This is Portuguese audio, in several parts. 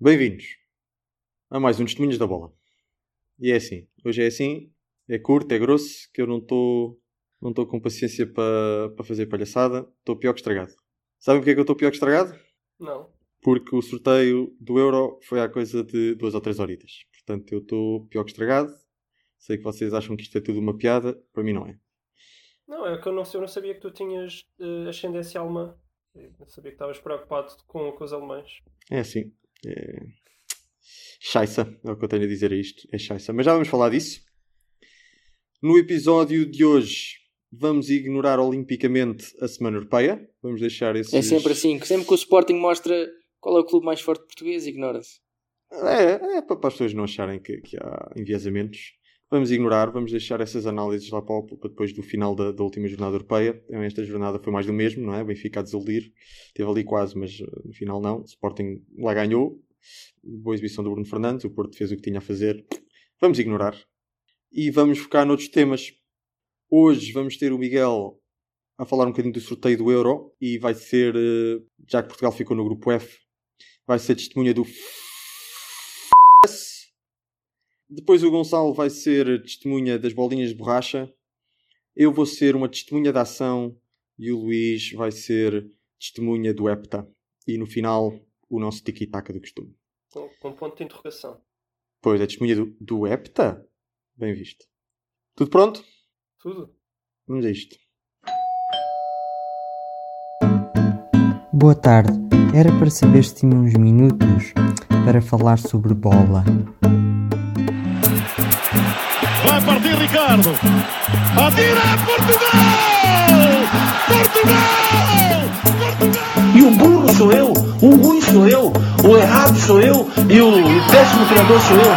Bem-vindos a mais um Testemunhas da Bola. E é assim, hoje é assim, é curto, é grosso, que eu não estou com paciência para fazer palhaçada. Estou pior que estragado. Sabem porque é que eu estou pior que estragado? Não. Porque o sorteio do Euro foi há coisa de 2 ou 3 horitas. Portanto, eu estou pior que estragado. Sei que vocês acham que isto é tudo uma piada. Para mim não é. Não, é que eu não sabia que tu tinhas ascendência alemã. Eu não sabia que estavas preocupado com os alemães. É assim. É... Scheisse, é o que eu tenho a dizer a isto. É scheisse. Mas já vamos falar disso. No episódio de hoje vamos ignorar olimpicamente a Semana Europeia. Vamos deixar esses... É sempre assim. Sempre que o Sporting mostra qual é o clube mais forte português, ignora-se. É para as pessoas não acharem que há enviesamentos. Vamos ignorar, vamos deixar essas análises lá para depois do final da última jornada europeia. Esta jornada foi mais do mesmo, não é? O Benfica a desiludir. Teve ali quase, mas no final não. O Sporting lá ganhou. Boa exibição do Bruno Fernandes. O Porto fez o que tinha a fazer. Vamos ignorar. E vamos focar noutros temas. Hoje vamos ter o Miguel a falar um bocadinho do sorteio do Euro. E vai ser, já que Portugal ficou no grupo F, vai ser testemunha do Depois o Gonçalo vai ser testemunha das bolinhas de borracha. Eu vou ser uma testemunha da ação. E o Luís vai ser testemunha do hepta. E no final, o nosso tiki-taka do costume. Com ponto de interrogação. Pois, é testemunha do hepta? Bem visto. Tudo pronto? Tudo. Vamos a isto. Boa tarde. Era para saber se tinha uns minutos para falar sobre bola. Vai partir Ricardo. Atira Portugal! Portugal! E o burro sou eu, o ruim sou eu, o errado sou eu e o péssimo treinador sou eu.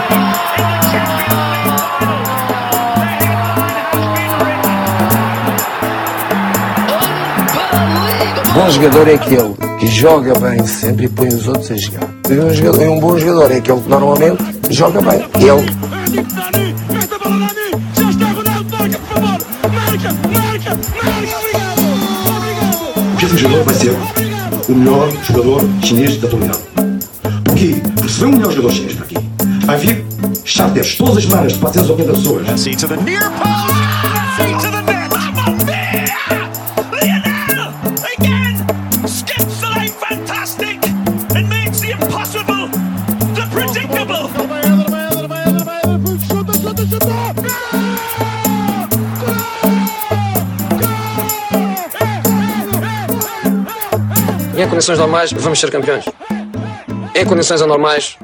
Bom jogador é aquele que joga bem sempre e põe os outros a jogar. E um bom jogador é aquele que normalmente joga bem. Ele. O próximo jogador vai ser o melhor jogador chinês da atualidade. Porquê? Porque se vem o melhor jogador chinês para aqui, vai vir charters todas as semanas de 480 pessoas. Em condições normais, vamos ser campeões. Em condições anormais,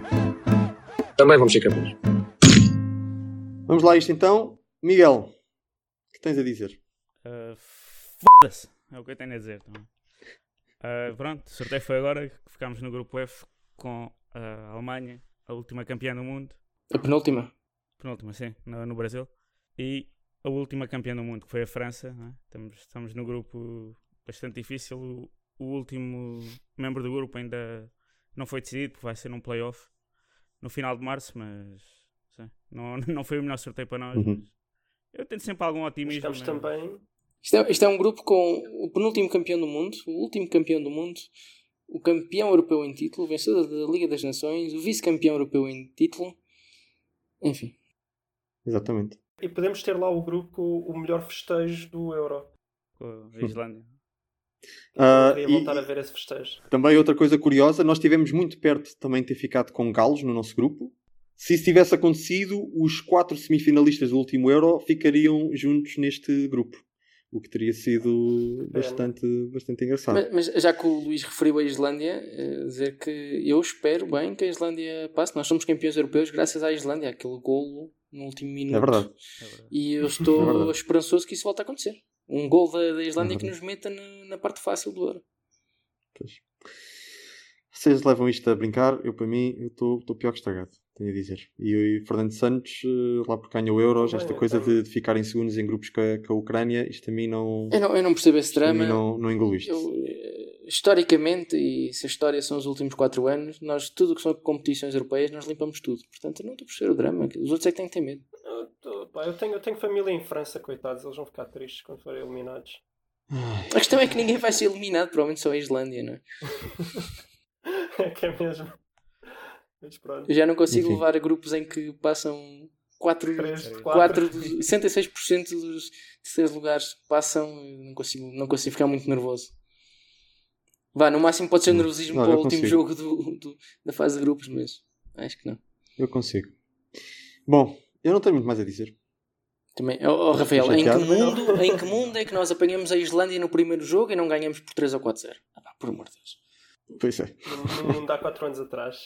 também vamos ser campeões. Vamos lá a isto então. Miguel, o que tens a dizer? Foda-se, é o que eu tenho a dizer. Pronto, o sorteio foi agora que ficámos no grupo F com a Alemanha, a última campeã do mundo. A penúltima? Penúltima, sim, no Brasil. E a última campeã do mundo, que foi a França. Não é? Estamos no grupo bastante difícil. O último membro do grupo ainda não foi decidido, porque vai ser num play-off no final de março, mas sim, não foi o melhor sorteio para nós. Uhum. Eu tenho sempre algum otimismo. Estamos também... Isto é um grupo com o penúltimo campeão do mundo, o último campeão do mundo, o campeão europeu em título, o vencedor da Liga das Nações, o vice-campeão europeu em título, enfim. Exatamente. E podemos ter lá o grupo o melhor festejo do Euro. Com a Islândia. Queria voltar a ver esse festejo. Também outra coisa curiosa, nós estivemos muito perto também de ter ficado com galos no nosso grupo. Se isso tivesse acontecido, os 4 semifinalistas do último Euro ficariam juntos neste grupo. O que teria sido bastante engraçado. Mas já que o Luís referiu a Islândia, dizer que eu espero bem que a Islândia passe. Nós somos campeões europeus graças à Islândia, aquele golo no último minuto. É verdade. E eu estou esperançoso que isso volte a acontecer. Um gol da Islândia que nos meta na parte fácil do Euro. Pois. Vocês levam isto a brincar, para mim, eu estou pior que estragado, tenho a dizer. E o Fernando Santos, lá porque ganha o Euros, esta coisa de ficar em segundos em grupos com a Ucrânia, isto a mim não... Eu não percebo esse drama. Não engolo isto. Historicamente, e se a história são os últimos 4 anos, nós, tudo o que são competições europeias, nós limpamos tudo. Portanto, eu não estou a perceber o drama. Os outros é que têm que ter medo. Eu tenho família em França, coitados, eles vão ficar tristes quando forem eliminados. A questão é que ninguém vai ser eliminado, provavelmente só a Islândia, não é? É que é mesmo. Mas pronto. Eu já não consigo Enfim. levar a grupos em que passam 66% dos terceiros lugares que passam. Não consigo ficar muito nervoso. Vá, no máximo pode ser nervosismo Não, para eu o último consigo. jogo da fase de grupos, mas acho que não. Eu consigo. Bom, eu não tenho muito mais a dizer. Também, Rafael, Estou em que chateado. mundo é que nós apanhamos a Islândia no primeiro jogo e não ganhamos por 3 ou 4-0? Por amor de Deus. Pois é. No mundo há 4 anos atrás.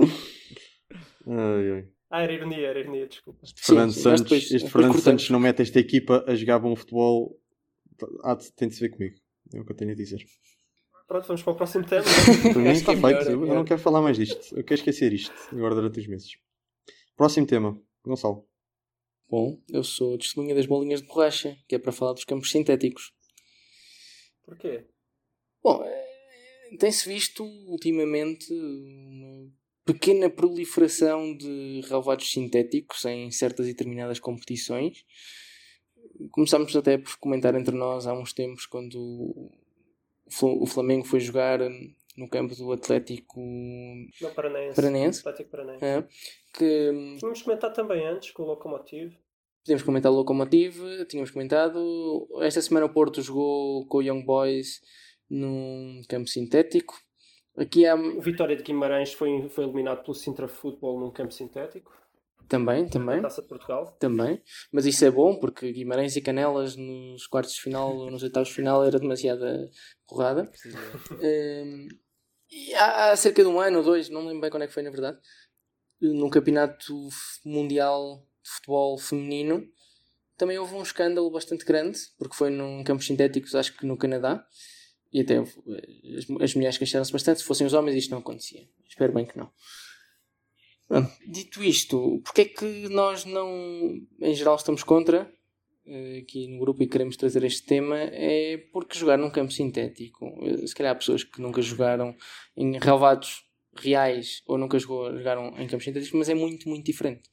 Ai, ai. Era ironia, desculpa. Fernando sim, Santos, nós depois este Fernando cortamos. Santos não mete esta equipa a jogar bom futebol. Tem de se ver comigo. É o que eu tenho a dizer. Pronto, vamos para o próximo tema. Para mim Acho está que é feito. melhor, é Eu melhor. não quero falar mais disto. Eu quero esquecer isto agora durante os meses. Próximo tema. Gonçalo. Bom, eu sou testemunha das bolinhas de borracha, que é para falar dos campos sintéticos. Porquê? Bom, tem-se visto ultimamente uma pequena proliferação de relevados sintéticos em certas e determinadas competições. Começámos até por comentar entre nós há uns tempos quando o Flamengo foi jogar no campo do Atlético Não, Paranense. Atlético Paranense. Que Tínhamos comentado também antes com o Locomotive. podemos comentar o Locomotive, tínhamos comentado. Esta semana o Porto jogou com o Young Boys num campo sintético. Aqui há O Vitória de Guimarães foi eliminado pelo Sintra Futebol num campo sintético. também. Na Taça de Portugal. Também, mas isso é bom porque Guimarães e Canelas nos quartos de final ou nos oitavos de final era demasiada porrada. E há cerca de um ano ou dois, não lembro bem quando é que foi na verdade, num campeonato mundial de futebol feminino também houve um escândalo bastante grande porque foi num campos sintéticos, acho que no Canadá, e até as mulheres queixaram-se bastante. Se fossem os homens isto não acontecia, espero bem que não. Dito isto, porque é que nós não, em geral, estamos contra aqui no grupo e queremos trazer este tema? É porque jogar num campo sintético, se calhar há pessoas que nunca jogaram em relevados reais ou nunca jogaram em campos sintéticos, mas é muito, muito diferente.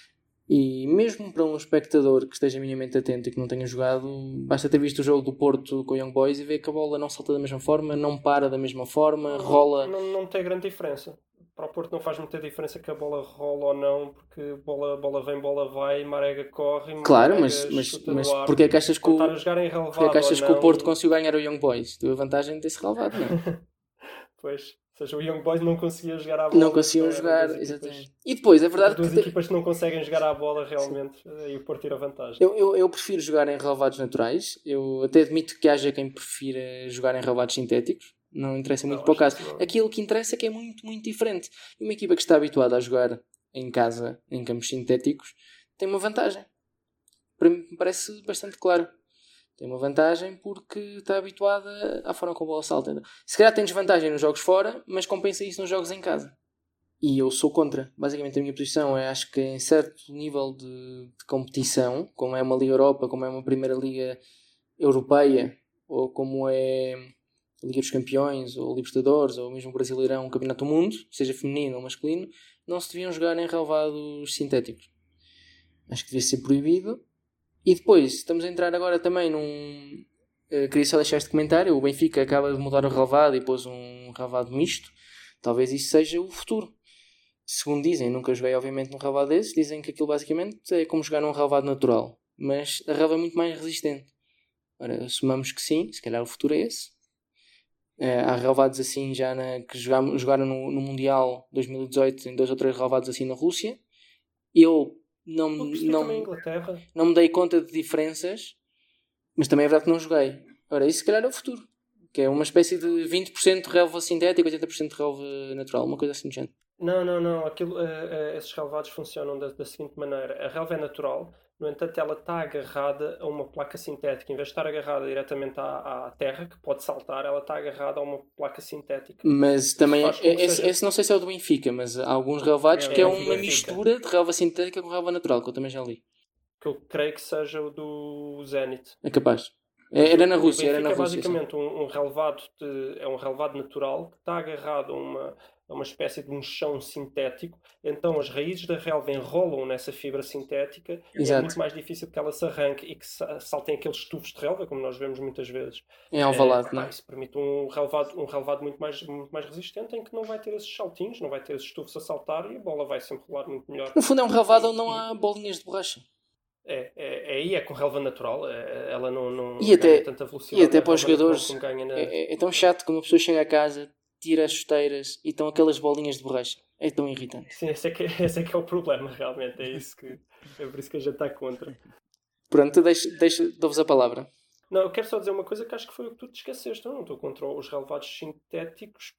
E mesmo para um espectador que esteja minimamente atento e que não tenha jogado, basta ter visto o jogo do Porto com o Young Boys e ver que a bola não salta da mesma forma, não para da mesma forma, rola... Não tem grande diferença. Para o Porto não faz muita diferença que a bola rola ou não, porque bola vem, bola vai, Marega corre... Claro, Marega mas chuta no ar. porque é que achas que Estar a jogar em relevado porque é que achas ou que o não? Porto conseguiu ganhar o Young Boys? Teve a vantagem de ter-se relevado, não é? Pois, ou seja, o Young Boys não conseguia jogar à bola. Não conseguiam eram jogar, duas exatamente. equipas- E depois, é verdade duas que... equipas que não conseguem jogar à bola realmente, e o Porto tira vantagem. Eu prefiro jogar em relevados naturais. Eu até admito que haja quem prefira jogar em relevados sintéticos. Não interessa muito Não, para o acho caso. que não. Aquilo que interessa é que é muito, muito diferente. E uma equipa que está habituada a jogar em casa, em campos sintéticos, tem uma vantagem. Para mim parece bastante claro. Tem uma vantagem porque está habituada à forma como a bola salta. Se calhar tem desvantagem nos jogos fora, mas compensa isso nos jogos em casa. E eu sou contra. Basicamente a minha posição é, acho que em certo nível de competição, como é uma Liga Europa, como é uma Primeira Liga Europeia, ou como é a Liga dos Campeões, ou Libertadores, ou mesmo o Brasileirão, o Campeonato do Mundo, seja feminino ou masculino, não se deviam jogar em relevados sintéticos. Acho que devia ser proibido. E depois, estamos a entrar agora também num... queria só deixar este comentário. O Benfica acaba de mudar o relevado e pôs um relevado misto. Talvez isso seja o futuro. Segundo dizem, nunca joguei obviamente num relevado desses, dizem que aquilo basicamente é como jogar num relevado natural. Mas a relva é muito mais resistente. Ora, assumamos que sim, se calhar o futuro é esse. Há relevados assim já que jogaram no Mundial 2018 em 2 ou 3 relevados assim na Rússia. Eu não também em Inglaterra. não me dei conta de diferenças, mas também é verdade que não joguei. Ora, isso se calhar é o futuro, que é uma espécie de 20% de relva sintética, 80% de relva natural, uma coisa assim do género. Não. Esses relevados funcionam da seguinte maneira. A relva é natural, no entanto ela está agarrada a uma placa sintética. Em vez de estar agarrada diretamente à terra, que pode saltar, ela está agarrada a uma placa sintética. Mas também, Faz com que seja- esse não sei se é o do Benfica, mas há alguns relevados que é o uma Benfica. mistura de relva sintética com relva natural, que eu também já li. Que eu creio que seja o do Zenit. É capaz. Era na O Rússia, Benfica era na é Rússia. sim. basicamente um relevado é um relevado natural que está agarrado a é uma espécie de um chão sintético, então as raízes da relva enrolam nessa fibra sintética e é muito mais difícil que ela se arranque e que saltem aqueles tufos de relva, como nós vemos muitas vezes. Em Alvalade, não é? Isso permite um relvado muito mais resistente, em que não vai ter esses saltinhos, não vai ter esses tufos a saltar e a bola vai sempre rolar muito melhor. No fundo é um relvado onde não há bolinhas de borracha. É com relva natural, ela não e até, ganha tanta velocidade. E até para os jogadores é tão chato que uma pessoa chega a casa, tira as chuteiras e estão aquelas bolinhas de borracha. É tão irritante. Sim, esse é que é o problema, realmente. É por isso que a gente está contra. Pronto, dou-vos a palavra. Não, eu quero só dizer uma coisa que acho que foi o que tu te esqueceste. Eu não estou contra os relevados sintéticos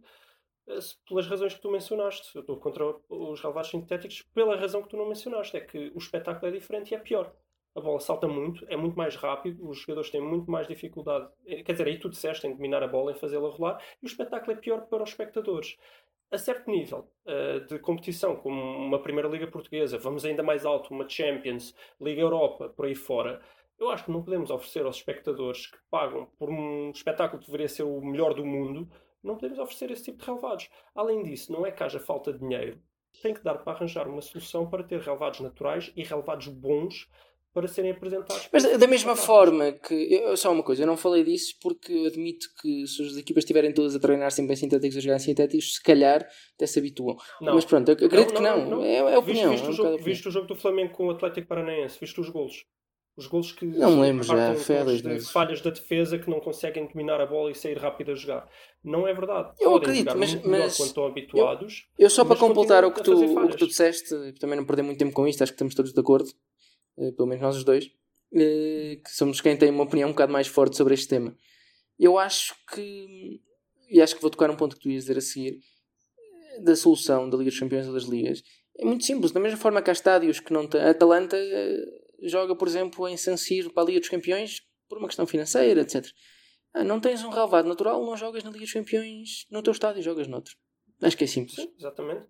pelas razões que tu mencionaste. Eu estou contra os relevados sintéticos pela razão que tu não mencionaste. É que o espetáculo é diferente e é pior. A bola salta muito, é muito mais rápido, os jogadores têm muito mais dificuldade. Quer dizer, aí tu disseste em dominar a bola, em fazê-la rolar, e o espetáculo é pior para os espectadores. A certo nível de competição, como uma Primeira Liga Portuguesa, vamos ainda mais alto, uma Champions, Liga Europa, por aí fora, eu acho que não podemos oferecer aos espectadores que pagam por um espetáculo que deveria ser o melhor do mundo, não podemos oferecer esse tipo de relevados. Além disso, não é que haja falta de dinheiro, tem que dar para arranjar uma solução para ter relevados naturais e relevados bons para serem apresentados. Mas da mesma forma que... Só uma coisa, eu não falei disso porque eu admito que se as equipas estiverem todas a treinar sempre em sintéticos, a jogar em sintéticos, se calhar até se habituam. Não. Mas pronto, eu acredito que não. É opinião. Viste o jogo do Flamengo com o Atlético Paranaense? Viste os golos? Os golos que não me lembro já, falhas da defesa que não conseguem dominar a bola e sair rápido a jogar. Não é verdade. Eu podem acredito, mas quando estão habituados. Eu só para completar o que tu disseste, também não perder muito tempo com isto, acho que estamos todos de acordo, pelo menos nós os dois, que somos quem tem uma opinião um bocado mais forte sobre este tema. Eu acho que, e acho que vou tocar um ponto que tu ias dizer a seguir, da solução da Liga dos Campeões ou das Ligas. É muito simples, da mesma forma que há estádios que não têm. A Atalanta joga, por exemplo, em San Siro para a Liga dos Campeões por uma questão financeira, etc. Não tens um relvado natural, não jogas na Liga dos Campeões no teu estádio, jogas noutro. Acho que é simples. Sim, exatamente.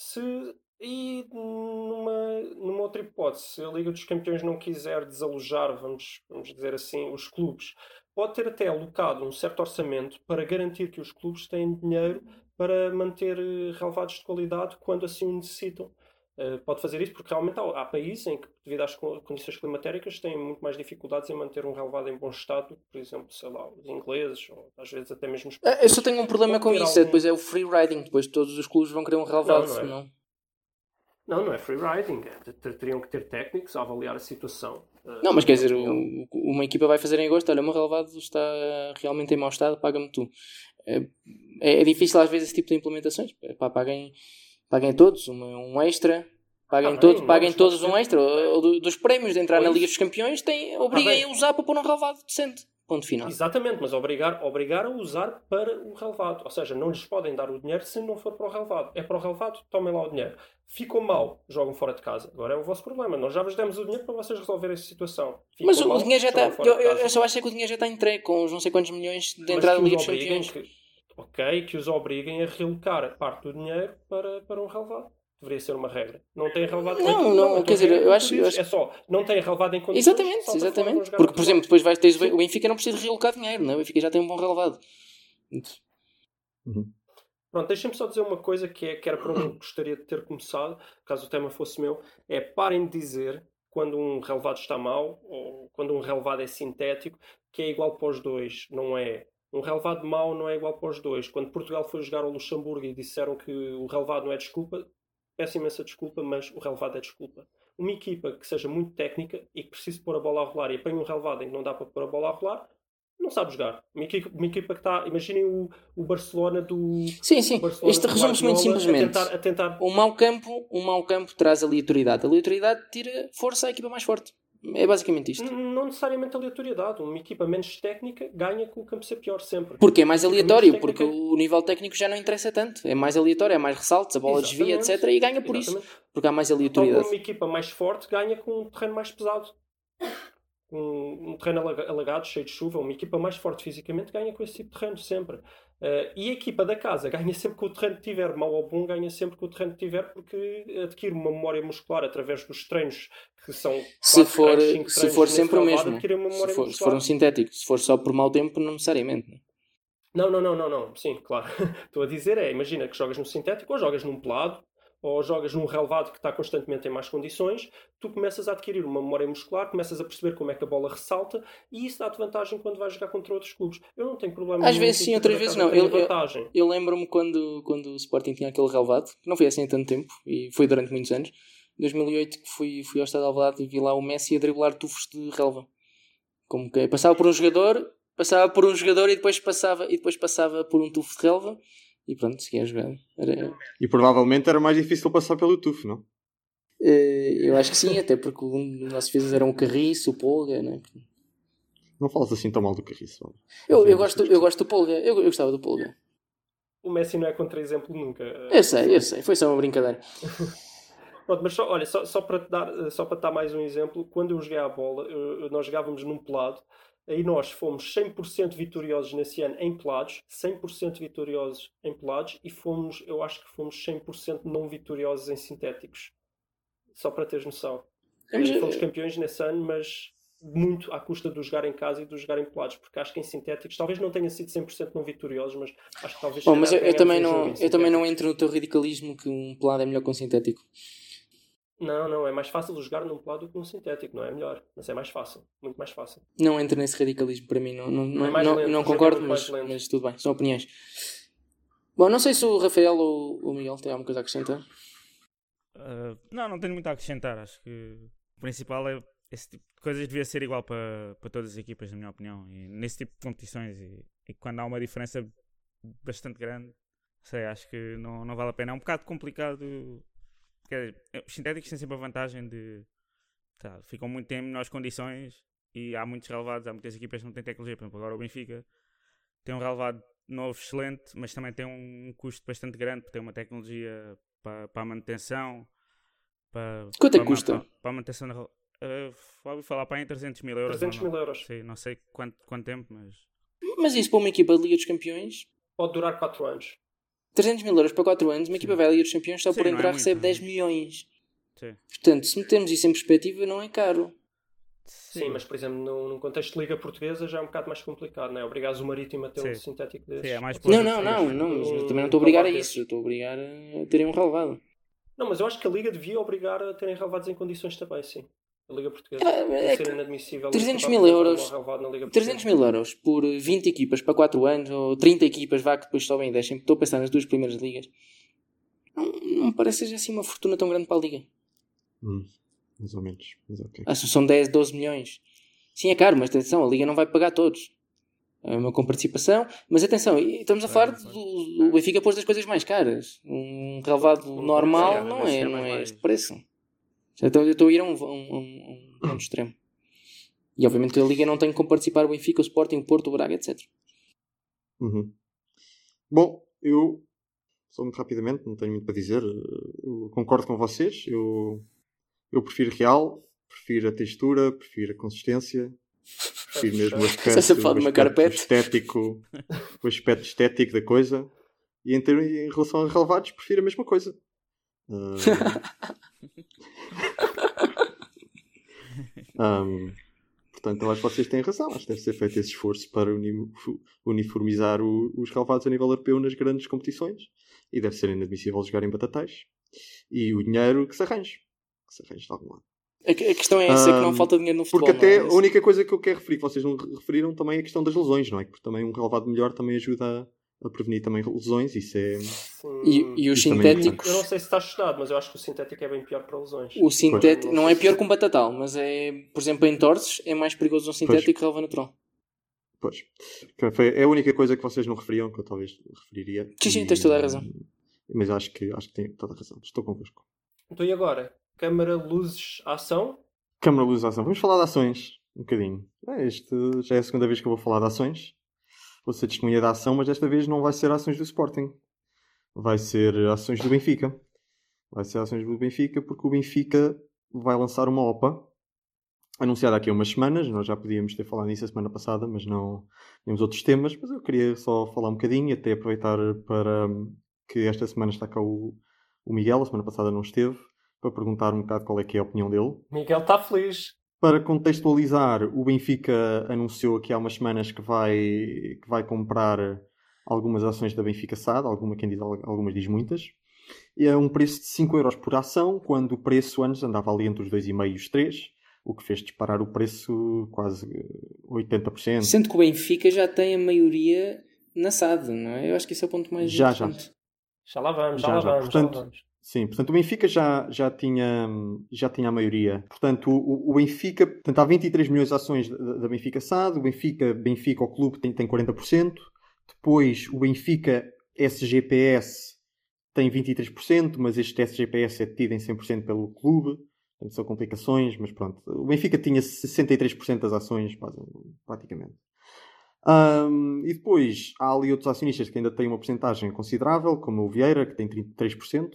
E numa outra hipótese, se a Liga dos Campeões não quiser desalojar, vamos dizer assim, os clubes, pode ter até alocado um certo orçamento para garantir que os clubes têm dinheiro para manter relevados de qualidade quando assim o necessitam. Pode fazer isso porque realmente há países em que, devido às condições climatéricas, têm muito mais dificuldades em manter um relevado em bom estado, por exemplo, sei lá, os ingleses, ou às vezes até mesmo os eu só tenho um problema com isso, depois é o free riding, depois todos os clubes vão querer um relevado, não é free riding, teriam que ter técnicos a avaliar a situação. Não, mas quer dizer, uma equipa vai fazer em agosto, olha, o meu relevado está realmente em mau estado, paga-me tu. É difícil às vezes esse tipo de implementações, paguem todos um extra, paguem todos um extra, dos prémios de entrar na Liga dos Campeões, obriguem a usar para pôr um relevado decente. Ponto final. Exatamente, mas obrigar a usar para o relevado. Ou seja, não lhes podem dar o dinheiro se não for para o relevado. É para o relevado, tomem lá o dinheiro. Ficou mal, jogam fora de casa. Agora é o vosso problema. Nós já vos demos o dinheiro para vocês resolverem essa situação. Mas o dinheiro já está... Eu só acho que o dinheiro já está entregue com os não sei quantos milhões de entrada na Liga dos Campeões. Que os obriguem a realocar parte do dinheiro para um relevado. Deveria ser uma regra. Não tem relevado em condições. Não, quer dizer, eu acho... É só, não tem relevado em condições. Exatamente. Porque, por exemplo, depois tens o Benfica não precisa de realocar dinheiro, não é? O Benfica já tem um bom relevado. Pronto, deixem-me só dizer uma coisa que era para onde eu gostaria de ter começado, caso o tema fosse meu, é parem de dizer quando um relevado está mau, ou quando um relevado é sintético, que é igual para os dois. Não é. Um relevado mau não é igual para os dois. Quando Portugal foi jogar ao Luxemburgo e disseram que o relevado não é desculpa, peço imensa desculpa, mas o relevado é desculpa. Uma equipa que seja muito técnica e que precise pôr a bola a rolar e apanha um relevado em que não dá para pôr a bola a rolar, não sabe jogar. Uma equipa que está... Imaginem o Barcelona do... Sim. Isto resume-se muito simplesmente. A tentar... Um mau campo traz aleatoriedade. A aleatoriedade tira força à equipa mais forte. É basicamente isto. Não necessariamente aleatoriedade. Uma equipa menos técnica ganha com o campo ser pior sempre. Porque é mais aleatório, porque o nível técnico já não interessa tanto. É mais aleatório, é mais ressaltos, a bola desvia, etc. E ganha por isso. Porque há mais aleatoriedade. Então, uma equipa mais forte ganha com um terreno mais pesado. Um terreno alagado, cheio de chuva. Uma equipa mais forte fisicamente ganha com esse tipo de terreno sempre. E a equipa da casa ganha sempre com o terreno que tiver. Mau ou bom ganha sempre com o terreno que tiver, porque adquire uma memória muscular através dos treinos que são se for sempre o mesmo, se for um sintético, se for só por mau tempo, não necessariamente. Não. Sim, claro. Estou a dizer imagina que jogas no sintético ou jogas num pelado ou jogas num relevado que está constantemente em más condições, tu começas a adquirir uma memória muscular, começas a perceber como é que a bola ressalta e isso dá-te vantagem quando vais jogar contra outros clubes. Eu não tenho problema Às vezes sim, outras vezes não. Vantagem. Eu lembro-me quando o Sporting tinha aquele relevado, que não foi assim há tanto tempo, e foi durante muitos anos, em 2008 que fui ao Estádio de Alvalade e vi lá o Messi a driblar tufos de relva. Como que passava por um jogador e depois passava por um tufo de relva e pronto, seguia a jogar. E provavelmente era mais difícil passar pelo tufo, não? Eu acho que sim, até porque um dos nossos defesas eram o Carriço, o Polga, né? Não falas assim tão mal do Carriço. Eu gosto do Polga, eu gostava do Polga. O Messi não é contra-exemplo nunca. Eu sei, foi só uma brincadeira. Pronto, mas só para te dar mais um exemplo, quando eu joguei a bola, nós jogávamos num pelado, aí nós fomos 100% vitoriosos nesse ano em pelados, 100% vitoriosos em pelados e eu acho que fomos 100% não vitoriosos em sintéticos. Só para teres noção. Fomos campeões nesse ano, mas muito à custa do jogar em casa e do jogar em pelados, porque acho que em sintéticos talvez não tenha sido 100% não vitoriosos, mas acho que talvez... Bom, mas eu também não entro no teu radicalismo que um pelado é melhor que um sintético. Não, é mais fácil jogar num pelado do que num sintético, não é melhor, mas é mais fácil, muito mais fácil. Não entro nesse radicalismo, para mim não concordo, mas tudo bem, são opiniões. Bom, não sei se o Rafael ou o Miguel têm alguma coisa a acrescentar. Não tenho muito a acrescentar, acho que o principal é esse tipo de coisas devia ser igual para todas as equipas, na minha opinião, e nesse tipo de competições e quando há uma diferença bastante grande, acho que não vale a pena, é um bocado complicado. Porque os sintéticos têm sempre a vantagem de ficam muito tempo em melhores condições e há muitos relevados, há muitas equipas que não têm tecnologia. Por exemplo, agora o Benfica tem um relevado novo excelente, mas também tem um custo bastante grande porque tem uma tecnologia para a manutenção. Quanto é que custa? Para a manutenção da ouvi falar para em 300 mil euros. 300 mil euros. Sim, não sei quanto tempo, mas... Mas isso para uma equipa de Liga dos Campeões... Pode durar 4 anos. 300 mil euros para 4 anos, uma equipa vai à Liga dos Campeões só por entrar recebe 10 milhões. Sim. Portanto, se metemos isso em perspectiva, não é caro. Sim, mas por exemplo, num contexto de Liga Portuguesa já é um bocado mais complicado, não é? Obrigares o Marítimo a ter um sintético desses. Sim, é mais não, mas eu também não estou a obrigar a isso, eu estou a obrigar a terem um relevado. Não, mas eu acho que a Liga devia obrigar a terem relevados em condições também, sim. A Liga Portuguesa deve ser inadmissível. 300 mil euros por 20 equipas para 4 anos ou 30 equipas que depois sobem e descem. Estou a pensar nas 2 primeiras ligas. Não me parece que seja assim uma fortuna tão grande para a Liga. Mais ou menos, mas ok. São 10, 12 milhões. Sim, é caro, mas atenção, a Liga não vai pagar todos. É uma comparticipação, mas atenção, estamos a falar do Benfica pôs das coisas mais caras. Um relevado normal não é este preço. Então eu estou a ir a um ponto extremo. E obviamente a Liga não tem como participar o Benfica, o Sporting, o Porto, o Braga, etc. Bom, eu só muito rapidamente, não tenho muito para dizer. Eu concordo com vocês. Eu prefiro real, prefiro a textura, prefiro a consistência, prefiro mesmo o aspecto estético da coisa. E em relação a relevados, prefiro a mesma coisa. Portanto, eu acho que vocês têm razão. Acho que deve ser feito esse esforço para uniformizar os relevados a nível europeu nas grandes competições e deve ser inadmissível jogar em batatais e o dinheiro que se arranje de algum lado. A questão é essa, que não falta dinheiro no futebol. Porque até a única coisa que eu quero referir, que vocês não referiram, também é a questão das lesões, não é? Porque também um relevado melhor também ajuda a prevenir também lesões. Isso é... E os sintéticos... Eu não sei se está estudado, mas eu acho que o sintético é bem pior para lesões. O sintético não é pior que um batatal, mas é, por exemplo, em torces é mais perigoso um sintético que relva natural. Pois. É a única coisa que vocês não referiam, que eu talvez referiria. Sim, tens toda a razão. Mas acho que tem toda a razão. Estou convosco. Então e agora? Câmara, luzes, ação? Câmara, luzes, ação. Vamos falar de ações um bocadinho. Este já é a segunda vez que eu vou falar de ações. Vou ser testemunha da ação, mas desta vez não vai ser ações do Sporting. Vai ser ações do Benfica. Vai ser ações do Benfica porque o Benfica vai lançar uma OPA anunciada aqui há umas semanas. Nós já podíamos ter falado nisso a semana passada, mas não tínhamos outros temas. Mas eu queria só falar um bocadinho e até aproveitar para que esta semana está cá o Miguel. A semana passada não esteve. Para perguntar um bocado qual é que é a opinião dele. Miguel está feliz. Para contextualizar, o Benfica anunciou aqui há umas semanas que vai comprar algumas ações da Benfica SAD, quem diz algumas diz muitas. E é um preço de 5 euros por ação, quando o preço antes andava ali entre os 2,5 e os 3, o que fez disparar o preço quase 80%. Sendo que o Benfica já tem a maioria na SAD, não é? Eu acho que esse é o ponto mais importante. Já lá vamos. Sim, portanto o Benfica já tinha a maioria. Portanto o Benfica, portanto, há 23 milhões de ações da Benfica SAD, o Benfica o clube tem 40%, depois o Benfica SGPS tem 23%, mas este SGPS é detido em 100% pelo clube, portanto são complicações, mas pronto. O Benfica tinha 63% das ações, praticamente. E depois há ali outros acionistas que ainda têm uma porcentagem considerável, como o Vieira, que tem 33%,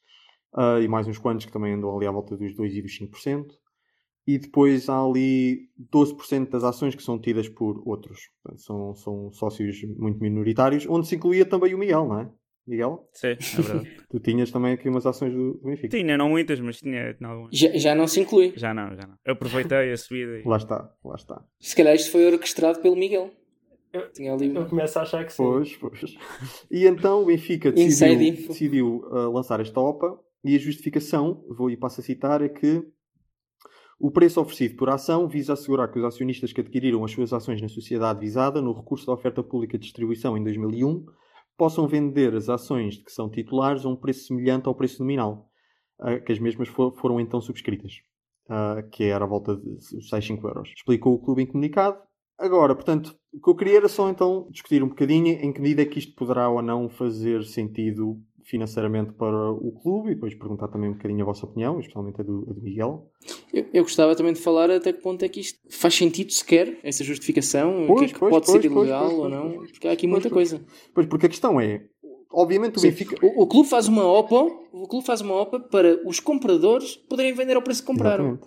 e mais uns quantos que também andam ali à volta dos 2% e dos 5%. E depois há ali 12% das ações que são tidas por outros. Portanto, são sócios muito minoritários, onde se incluía também o Miguel, não é? Miguel? Sim, é verdade. Tu tinhas também aqui umas ações do Benfica. Tinha, não muitas, mas tinha algumas. Já não se inclui. Já não. Eu aproveitei a subida. Lá está. Se calhar isto foi orquestrado pelo Miguel. Eu começo a achar que sim. Pois. E então o Benfica decidiu lançar esta OPA, e a justificação, passo a citar, é que o preço oferecido por ação visa assegurar que os acionistas que adquiriram as suas ações na sociedade visada no recurso da oferta pública de distribuição em 2001 possam vender as ações de que são titulares a um preço semelhante ao preço nominal, que as mesmas foram então subscritas, que era à volta de 6,5 euros. Explicou o clube em comunicado. Agora, portanto, o que eu queria era só então discutir um bocadinho em que medida é que isto poderá ou não fazer sentido financeiramente para o clube, e depois perguntar também um bocadinho a vossa opinião, especialmente a do Miguel. Eu gostava também de falar até que ponto é que isto faz sentido sequer, essa justificação, o que é que pode ser ilegal ou não, porque há aqui muita coisa. Pois, porque a questão é, obviamente o Benfica... O clube faz uma OPA para os compradores poderem vender ao preço que compraram.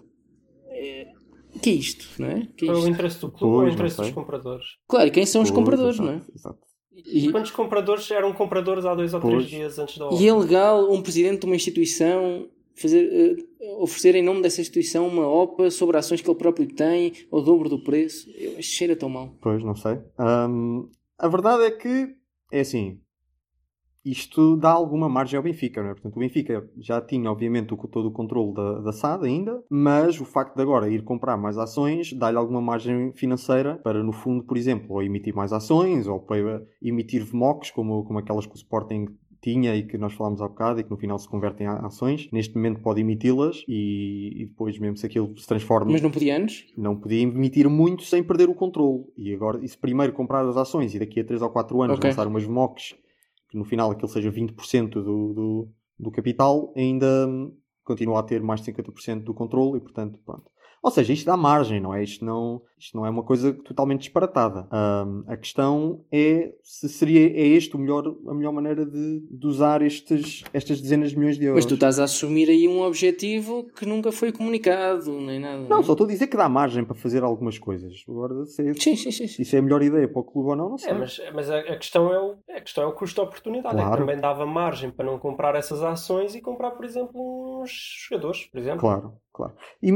O que é isto, não é? É o interesse do clube ou o interesse dos compradores? Claro, e quem são os compradores, exato, não é? Exato. Quantos compradores eram compradores há 2 ou 3 dias antes da OPA? E é legal um presidente de uma instituição oferecer em nome dessa instituição uma OPA sobre ações que ele próprio tem ao dobro do preço? Isto cheira tão mal. Pois, não sei. A verdade é que, é assim, isto dá alguma margem ao Benfica, não é? Portanto, o Benfica já tinha, obviamente, todo o controle da SAD ainda, mas o facto de agora ir comprar mais ações dá-lhe alguma margem financeira para, no fundo, por exemplo, ou emitir mais ações, ou para emitir VMOCs, como aquelas que o Sporting tinha e que nós falámos há bocado e que no final se convertem em ações. Neste momento pode emiti-las e depois, mesmo se aquilo se transforma... Mas não podia antes? Não podia emitir muito sem perder o controle. E agora, se primeiro comprar as ações e daqui a 3 ou 4 anos lançar umas VMOCs, que no final aquilo seja 20% do capital, ainda continua a ter mais de 50% do controle e, portanto, pronto. Ou seja, isto dá margem, não é? Isto não é uma coisa totalmente disparatada. A questão é se é esta a melhor maneira de usar estas dezenas de milhões de euros. Mas tu estás a assumir aí um objetivo que nunca foi comunicado, nem nada. Não, só estou a dizer que dá margem para fazer algumas coisas. Agora, se isso é a melhor ideia para o clube ou não sei. Mas a questão é o custo de oportunidade. Claro. É que também dava margem para não comprar essas ações e comprar, por exemplo, uns jogadores, por exemplo. Claro. E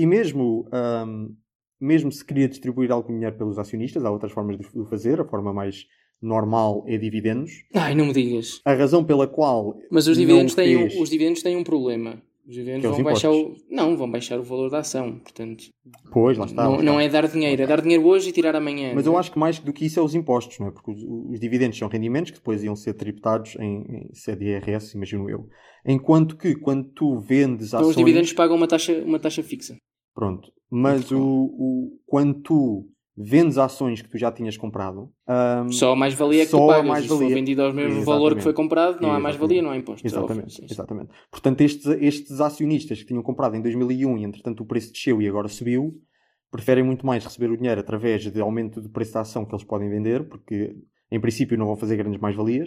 mesmo se queria distribuir algum dinheiro pelos acionistas, há outras formas de o fazer. A forma mais normal é dividendos. Ai, não me digas. A razão pela qual... Mas os dividendos têm um problema. Os dividendos vão baixar o valor da ação, portanto... Pois, lá está. Não é dar dinheiro, é dar dinheiro hoje e tirar amanhã. Mas eu acho que mais do que isso é os impostos, não é? Porque os dividendos são rendimentos que depois iam ser tributados em sede IRS, imagino eu. Enquanto que quando tu vendes ações... Então os dividendos pagam uma taxa fixa. Pronto. Mas quando tu vendes ações que tu já tinhas comprado... Só a mais-valia é que tu pagas. Se for vendido ao mesmo valor que foi comprado, não há mais-valia, não há impostos. Exatamente. Portanto, estes acionistas que tinham comprado em 2001 e, entretanto, o preço desceu e agora subiu, preferem muito mais receber o dinheiro através de aumento do preço da ação que eles podem vender, porque, em princípio, não vão fazer grandes mais-valias,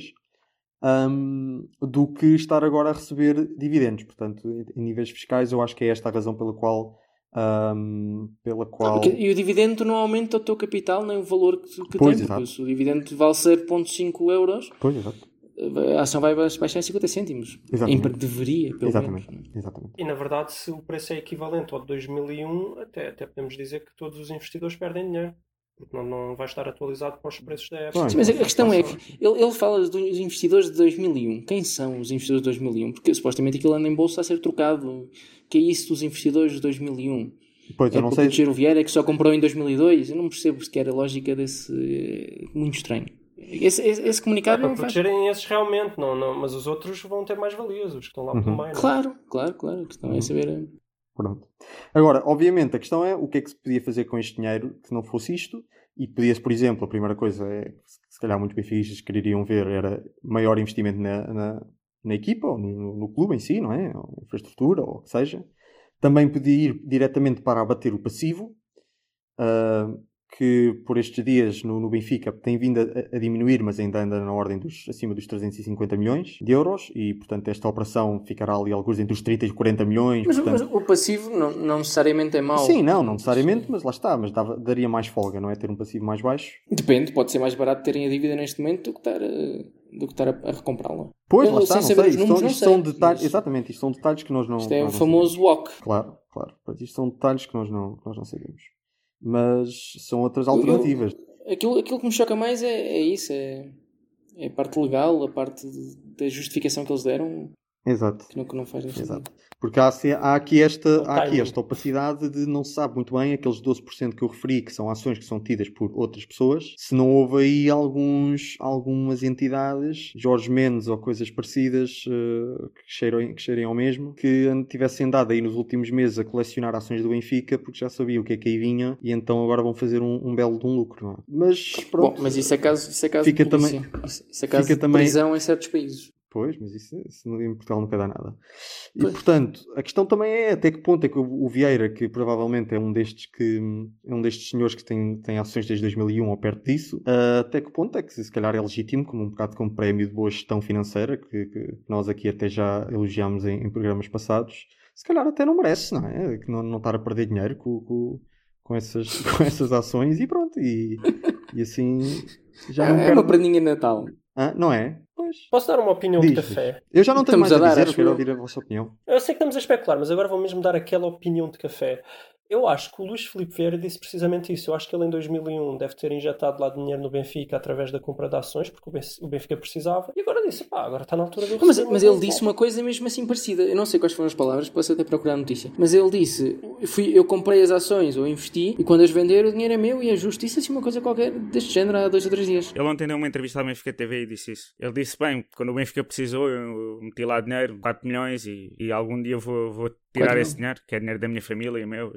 do que estar agora a receber dividendos. Portanto, em níveis fiscais, eu acho que é esta a razão pela qual... E o dividendo não aumenta o teu capital nem o valor que tem, porque se o dividendo vale 0,5 euros, a ação vai baixar em 50 cêntimos. Deveria, pelo menos. Exatamente. E na verdade, se o preço é equivalente ao de 2001, até podemos dizer que todos os investidores perdem dinheiro. Não vai estar atualizado para os preços da época. Sim, mas a questão é que ele fala dos investidores de 2001. Quem são os investidores de 2001? Porque supostamente aquilo anda em bolsa a ser trocado. Que é isso dos investidores de 2001? Pois, eu não sei. O Vieira que só comprou em 2002? Eu não percebo sequer a lógica desse... Muito estranho. Esse comunicado não faz... protegerem esses realmente, não, mas os outros vão ter mais valias, os que estão lá pelo meio. Claro. A questão é saber... Pronto. Agora, obviamente, a questão é o que é que se podia fazer com este dinheiro que não fosse isto, e podia-se, por exemplo, a primeira coisa é que se calhar muitos benfiquistas queriam ver era maior investimento na equipa, ou no clube em si, não é? Ou infraestrutura, ou o que seja. Também podia ir diretamente para abater o passivo, que por estes dias no Benfica tem vindo a diminuir, mas ainda anda na ordem acima dos 350 milhões de euros, e portanto esta operação ficará ali alguns entre os 30 e 40 milhões. Mas o passivo não necessariamente é mau. Sim, não necessariamente, mas lá está, mas daria mais folga, não é? Ter um passivo mais baixo. Depende, pode ser mais barato terem a dívida neste momento do que estar a recomprá-la. Pois, lá está, não sei. Isto são detalhes, exatamente, isto são detalhes que nós não... Isto é o famoso walk. Claro. Isto são detalhes que nós não sabemos. Mas são outras alternativas. Aquilo que me choca mais é isso, é a parte legal, a parte da justificação que eles deram. Exato. Que não faz sentido. Exato. Porque há aqui esta opacidade de não se sabe muito bem aqueles 12% que eu referi, que são ações que são tidas por outras pessoas, se não houve aí algumas entidades, Jorge Mendes ou coisas parecidas, que cheirem ao mesmo, que tivessem andado aí nos últimos meses a colecionar ações do Benfica porque já sabiam o que aí vinha e então agora vão fazer um belo de um lucro, não é? Mas pronto. Bom, mas isso é caso fica de também, isso é caso de prisão em certos países. Pois, mas isso em Portugal nunca dá nada. E, portanto, a questão também é até que ponto é que o Vieira, que provavelmente é um destes senhores que tem ações desde 2001 ou perto disso, até que ponto é que se calhar é legítimo, como um bocado como prémio de boa gestão financeira, que nós aqui até já elogiámos em programas passados, se calhar até não merece, não é? Que não estar a perder dinheiro com essas ações e pronto. E assim já não é uma prendinha de Natal. Não é? Pois. Posso dar uma opinião de café? Eu já não tenho mais a dizer, eu quero ouvir a vossa opinião. Eu sei que estamos a especular, mas agora vou mesmo dar aquela opinião de café. Eu acho que o Luís Filipe Vieira disse precisamente isso. Eu acho que ele em 2001 deve ter injetado lá dinheiro no Benfica através da compra de ações, porque o Benfica precisava. E agora disse, agora está na altura de... Mas ele disse uma coisa mesmo assim parecida. Eu não sei quais foram as palavras, posso até procurar a notícia. Mas ele disse, eu comprei as ações ou investi, e quando as vender o dinheiro é meu e é justo. Disse assim uma coisa qualquer deste género há 2 ou 3 dias. Ele ontem deu uma entrevista à Benfica TV e disse isso. Ele disse, bem, quando o Benfica precisou, eu meti lá dinheiro, 4 milhões, e algum dia vou tirar esse dinheiro, que é dinheiro da minha família e meu...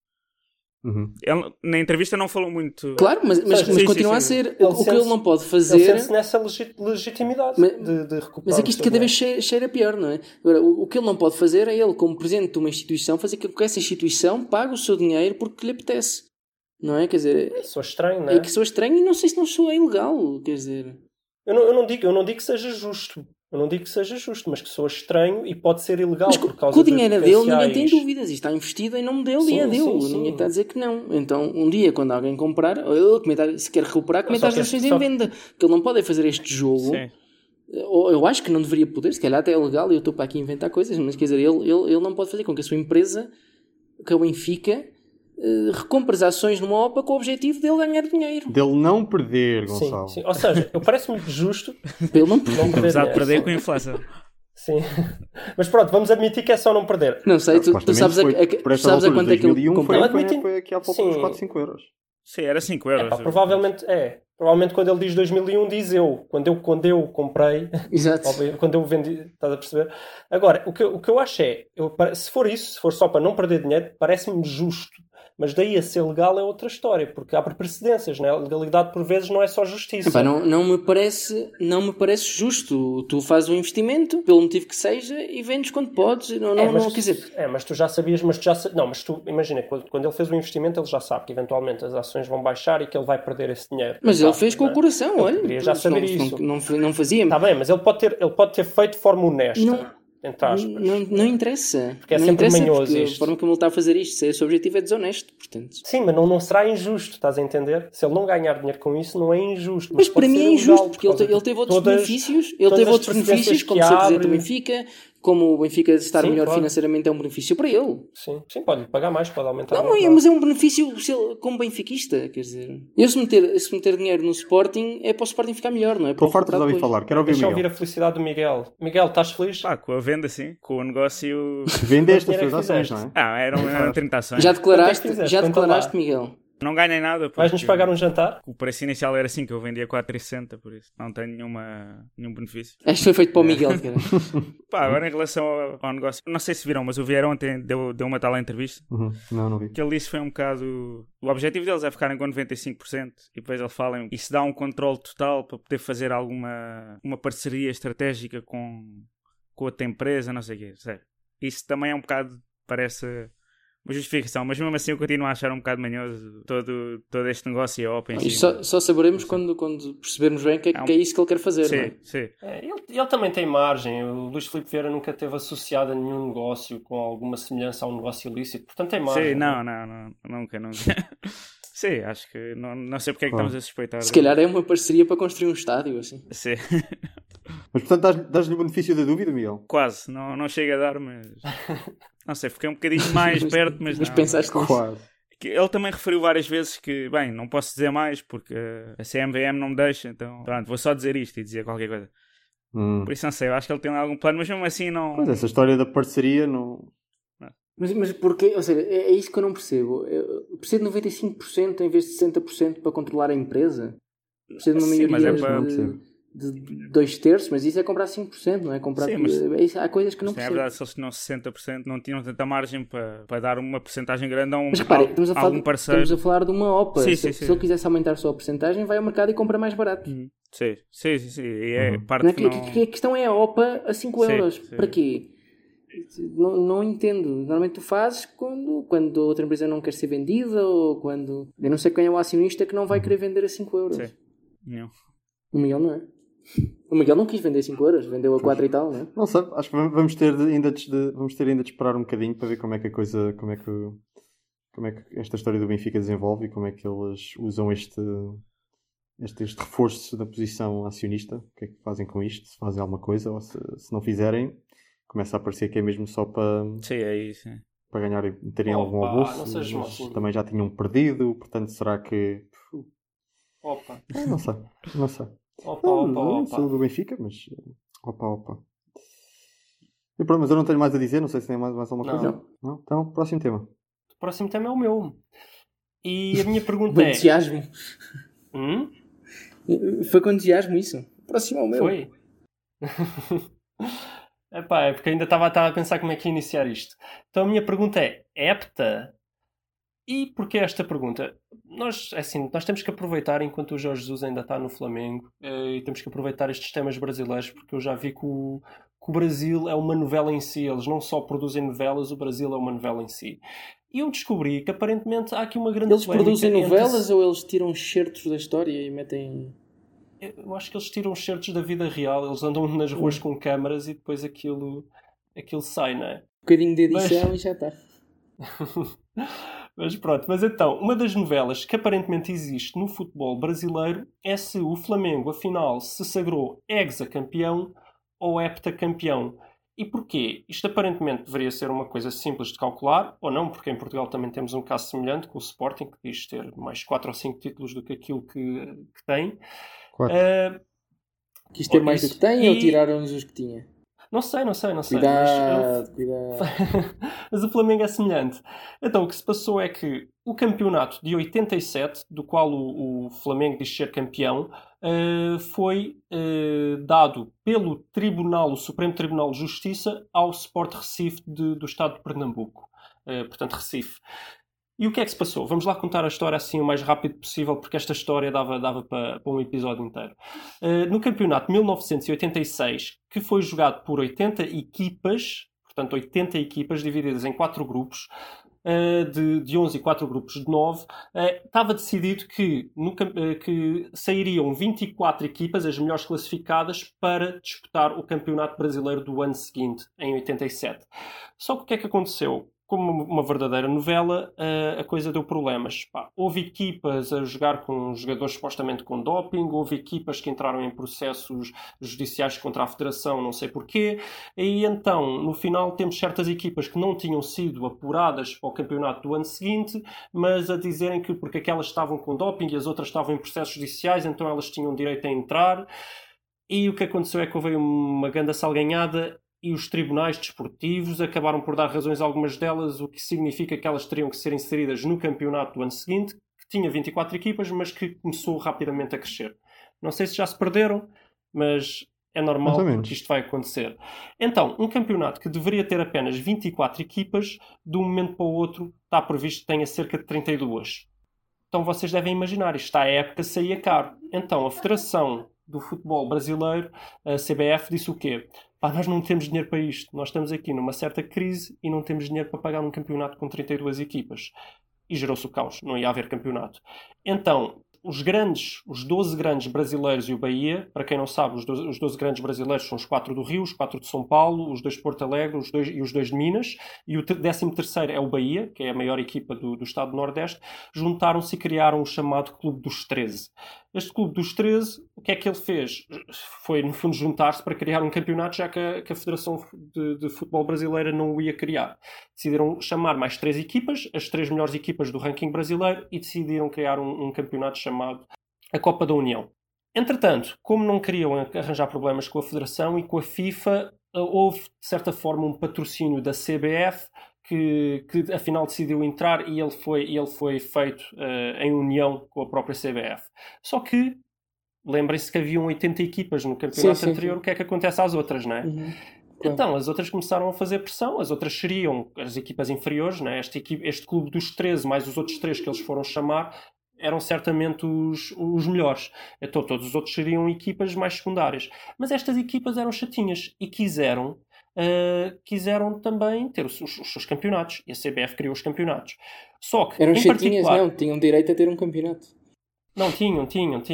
Uhum. Ele, na entrevista não falou muito. Claro, mas continua a ser o que ele não pode fazer. Ele sente-se nessa legitimidade de recuperar. Mas é que isto cada vez cheira pior, não é? Agora, o que ele não pode fazer é ele, como presidente de uma instituição, fazer que essa instituição pague o seu dinheiro porque lhe apetece. Não é? Quer dizer, sou estranho, não é? É que sou estranho e não sei se não sou ilegal. Quer dizer, eu não digo que seja justo. Eu não digo que seja justo, mas que sou estranho e pode ser ilegal por causa de... o dinheiro é dele, ninguém tem potenciais... dúvidas. Isto está investido em nome dele e é dele. Sim. Ninguém está a dizer que não. Então, um dia, quando alguém comprar, ele se quer recuperar, comentar as ações em venda. Porque ele não pode fazer este jogo. Sim. Eu acho que não deveria poder. Se calhar até é legal e eu estou para aqui inventar coisas. Mas quer dizer, ele não pode fazer com que a sua empresa, que é o Benfica... recompra as ações numa OPA com o objetivo dele ganhar dinheiro. Dele não perder, Gonçalo. Sim. Ou seja, parece-me justo ele não perder. Apesar de perder com a inflação. Sim. Mas pronto, vamos admitir que é só não perder. Não sei, tu sabes a quanto é que ele comprou? Foi aqui há pouco uns 4, 5 euros. Sim, era 5 euros. Provavelmente quando ele diz 2001 diz eu. Quando eu comprei. Exato. Quando eu vendi, estás a perceber? Agora, o que eu acho é, se for só para não perder dinheiro, parece-me justo. Mas daí a ser legal é outra história, porque abre precedências, né? A legalidade por vezes não é só justiça. Não me parece justo. Tu fazes um investimento, pelo motivo que seja, e vendes quando podes. Quer dizer... mas tu já sabias, mas tu imagina, quando ele fez o investimento, ele já sabe que eventualmente as ações vão baixar e que ele vai perder esse dinheiro. Mas ele fez com o coração, olha. Queria já saber isso. Não fazia. Está bem, mas ele pode ter feito de forma honesta. Não interessa. Porque é sempre manhoso isto. A forma como ele está a fazer isto, se o seu objetivo é desonesto, portanto. Sim, mas não será injusto, estás a entender? Se ele não ganhar dinheiro com isso, não é injusto. Mas para mim é injusto, porque ele teve outros benefícios. Ele teve outros benefícios, como ser presidente do Benfica, como o Benfica estar Sim, melhor claro. financeiramente é um benefício para ele. Sim, pode pagar mais, pode aumentar. Não, mas é um benefício como benfiquista, quer dizer. Eu se meter dinheiro no Sporting é para o Sporting ficar melhor, não é? Estou farto de ouvir falar, quero ouvir o Deixa eu Miguel. ouvir a felicidade do Miguel. Miguel, estás feliz? Pá, com a venda sim, com o negócio... Vendeste as Quanto tuas dinheiro é ações, que não é? eram 30 ações. Já Quanto é declaraste, que fizeste? já Conta declaraste lá. Miguel? Não ganhei nada. Vais-nos porque pagar um jantar? O preço inicial era 5, eu vendia 4,60, por isso não tenho nenhum benefício. Isto foi feito para o Miguel, cara. Pá, agora em relação ao negócio, não sei se viram, mas o Vieira ontem deu uma tal entrevista. Não vi. O que ele disse foi um bocado... O objetivo deles é ficarem com 95%. E depois ele fala em isso dá um controle total para poder fazer uma parceria estratégica com outra empresa, não sei o quê. Sério. Isso também é um bocado, parece uma justificação, mas mesmo assim eu continuo a achar um bocado manhoso todo este negócio e a Open. E só saberemos quando percebermos bem que é isso que ele quer fazer. Sim, não é? sim. Ele também tem margem. O Luís Filipe Vieira nunca esteve associado a nenhum negócio com alguma semelhança a um negócio ilícito, portanto tem margem. Sim, não, nunca. Sim, acho que não sei porque é que estamos a suspeitar. Se calhar é uma parceria para construir um estádio, assim. Sim. Mas portanto dás-lhe o benefício da dúvida, Miguel? Quase, não chega a dar, mas... Não sei, fiquei um bocadinho mais perto, mas não. Pensaste nisso? Quase. Ele também referiu várias vezes que, bem, não posso dizer mais porque a CMVM não me deixa, então pronto, vou só dizer isto e dizer qualquer coisa. Por isso não sei, eu acho que ele tem algum plano, mas mesmo assim não... Pois, essa história da parceria não... Mas porquê? Ou seja, é isso que eu não percebo. Eu preciso de 95% em vez de 60% para controlar a empresa. Preciso de uma maioria de 2/3, mas isso é comprar 5%, não é? Comprar sim, mas, há coisas que não é percebo. verdade, se eles tinham 60%, não tinham tanta margem para dar uma porcentagem grande a mas repare, algum parceiro. Estamos a falar de uma OPA. Sim, se ele quisesse aumentar só a porcentagem, vai ao mercado e compra mais barato. Sim. E é parte que A questão é a OPA a 5 euros. Sim. Para quê? Não entendo. Normalmente tu fazes quando a outra empresa não quer ser vendida ou quando... Eu não sei quem é o acionista que não vai querer vender a 5 euros. Sim. Não. O Miguel não é. O Miguel não quis vender 5 euros, vendeu a 4 e tal, não é? Não sei, acho que vamos ter ainda de esperar um bocadinho para ver como é que a coisa, como é que esta história do Benfica desenvolve e como é que eles usam este reforço da posição acionista. O que é que fazem com isto? Se fazem alguma coisa ou se não fizerem, começa a parecer que é mesmo só para... Sim, é isso. Para ganharem, terem algum almoço. Também já tinham perdido, portanto será que... Não sei. Não sou do Benfica, mas... Opa. E pronto, mas eu não tenho mais a dizer, não sei se tem mais alguma coisa. Não? Então, próximo tema. O próximo tema é o meu. E a minha pergunta é... entusiasmo. Foi com entusiasmo isso? O próximo é o meu. Foi? É porque ainda estava a pensar como é que ia iniciar isto. Então a minha pergunta é EPTA? E porquê esta pergunta? Nós temos que aproveitar enquanto o Jorge Jesus ainda está no Flamengo e temos que aproveitar estes temas brasileiros, porque eu já vi que o Brasil é uma novela em si. Eles não só produzem novelas, o Brasil é uma novela em si. E eu descobri que aparentemente há aqui uma grande polémica. Eles produzem novelas ou eles tiram excertos da história e metem... Eu acho que eles tiram excertos da vida real. Eles andam nas ruas com câmaras e depois aquilo sai, não é? Um bocadinho de edição e já está. Mas pronto, então, uma das novelas que aparentemente existe no futebol brasileiro é se o Flamengo, afinal, se sagrou hexacampeão ou heptacampeão. E porquê? Isto aparentemente deveria ser uma coisa simples de calcular, ou não, porque em Portugal também temos um caso semelhante com o Sporting, que diz ter mais 4 ou 5 títulos do que aquilo que tem. Quis ter mais do que tem ou tiraram-nos os que tinha? Não sei. Cuidado. Mas o Flamengo é semelhante. Então, o que se passou é que o campeonato de 87, do qual o Flamengo diz ser campeão, foi dado pelo o Supremo Tribunal de Justiça ao Sport Recife do estado de Pernambuco. Portanto, Recife. E o que é que se passou? Vamos lá contar a história assim o mais rápido possível, porque esta história dava para um episódio inteiro. No campeonato de 1986, que foi jogado por 80 equipas, portanto 80 equipas divididas em 4 grupos, de 11 e 4 grupos de 9, estava decidido que sairiam 24 equipas, as melhores classificadas, para disputar o Campeonato Brasileiro do ano seguinte, em 87. Só que o que é que aconteceu? como uma verdadeira novela, a coisa deu problemas. Houve equipas a jogar com jogadores supostamente com doping, houve equipas que entraram em processos judiciais contra a Federação, não sei porquê, e então, no final, temos certas equipas que não tinham sido apuradas para o campeonato do ano seguinte, mas a dizerem que porque aquelas estavam com doping e as outras estavam em processos judiciais, então elas tinham direito a entrar, e o que aconteceu é que houve uma grande salganhada e os tribunais desportivos acabaram por dar razões a algumas delas, o que significa que elas teriam que ser inseridas no campeonato do ano seguinte, que tinha 24 equipas, mas que começou rapidamente a crescer. Não sei se já se perderam, mas é normal que isto vai acontecer. Então, um campeonato que deveria ter apenas 24 equipas, de um momento para o outro, está previsto que tenha cerca de 32. Então vocês devem imaginar, isto à época saía caro. Então a Federação do Futebol Brasileiro, a CBF, disse o quê? Nós não temos dinheiro para isto. Nós estamos aqui numa certa crise e não temos dinheiro para pagar um campeonato com 32 equipas. E gerou-se o caos. Não ia haver campeonato. Então, os 12 grandes brasileiros e o Bahia, para quem não sabe, os 12 grandes brasileiros são os 4 do Rio, os 4 de São Paulo, os 2 de Porto Alegre os 2 de Minas, e o 13º é o Bahia, que é a maior equipa do estado do Nordeste, juntaram-se e criaram o chamado Clube dos 13. Este Clube dos 13, o que é que ele fez? Foi, no fundo, juntar-se para criar um campeonato, já que a Federação de Futebol Brasileira não o ia criar. Decidiram chamar mais 3 equipas, as 3 melhores equipas do ranking brasileiro, e decidiram criar um campeonato chamado a Copa da União. Entretanto, como não queriam arranjar problemas com a Federação e com a FIFA, houve, de certa forma, um patrocínio da CBF, que afinal decidiu entrar, e ele foi feito em união com a própria CBF. Só que, lembrem-se que haviam 80 equipas no campeonato anterior, o que é que acontece às outras, não é? Uhum. Então, as outras começaram a fazer pressão, as outras seriam as equipas inferiores, né? Este clube dos 13, mais os outros 3 que eles foram chamar, eram certamente os melhores. Então, todos os outros seriam equipas mais secundárias. Mas estas equipas eram chatinhas e quiseram também ter os seus campeonatos. E a CBF criou os campeonatos. Só que, eram chatinhas, não? Tinham direito a ter um campeonato. Não, tinham.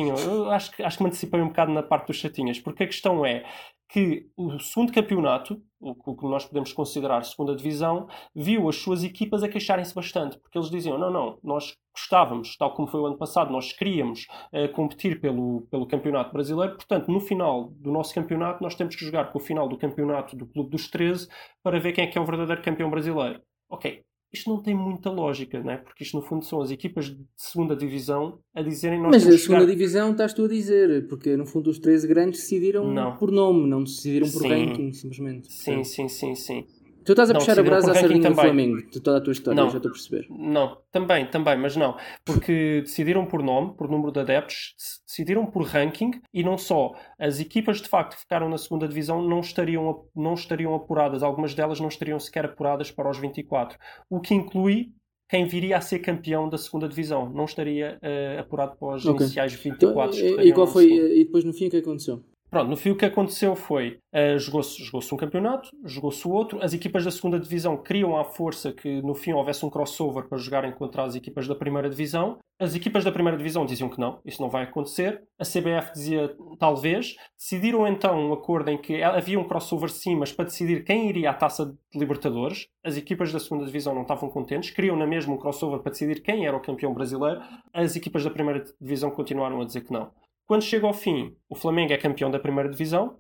Eu acho que me antecipei um bocado na parte dos chatinhas, porque a questão é que o segundo campeonato, o que nós podemos considerar segunda divisão, viu as suas equipas a queixarem-se bastante, porque eles diziam, não, nós gostávamos, tal como foi o ano passado, nós queríamos competir pelo campeonato brasileiro, portanto, no final do nosso campeonato, nós temos que jogar com o final do campeonato do Clube dos 13 para ver quem é que é o verdadeiro campeão brasileiro. Ok. Isto não tem muita lógica, não é? Porque isto no fundo são as equipas de segunda divisão a dizerem... Mas a segunda divisão estás tu a dizer, porque no fundo os 13 grandes decidiram por nome, não decidiram por ranking, simplesmente. Sim. Tu estás a puxar a brasa à sardinha do Flamengo, de toda a tua história, já estou a perceber. Não, também, mas não. Porque decidiram por nome, por número de adeptos, decidiram por ranking, e não só. As equipas de facto que ficaram na segunda divisão não estariam apuradas, algumas delas não estariam sequer apuradas para os 24. O que inclui quem viria a ser campeão da segunda divisão. Não estaria apurado para os iniciais 24. E qual foi? E depois no fim o que aconteceu? Pronto, no fim o que aconteceu foi, jogou-se um campeonato, jogou-se o outro, as equipas da segunda divisão queriam à força que no fim houvesse um crossover para jogarem contra as equipas da primeira divisão. As equipas da primeira divisão diziam que não, isso não vai acontecer. A CBF dizia talvez. Decidiram então um acordo em que havia um crossover sim, mas para decidir quem iria à Taça de Libertadores. As equipas da segunda divisão não estavam contentes, queriam na mesma um crossover para decidir quem era o campeão brasileiro. As equipas da primeira divisão continuaram a dizer que não. Quando chega ao fim, o Flamengo é campeão da primeira divisão,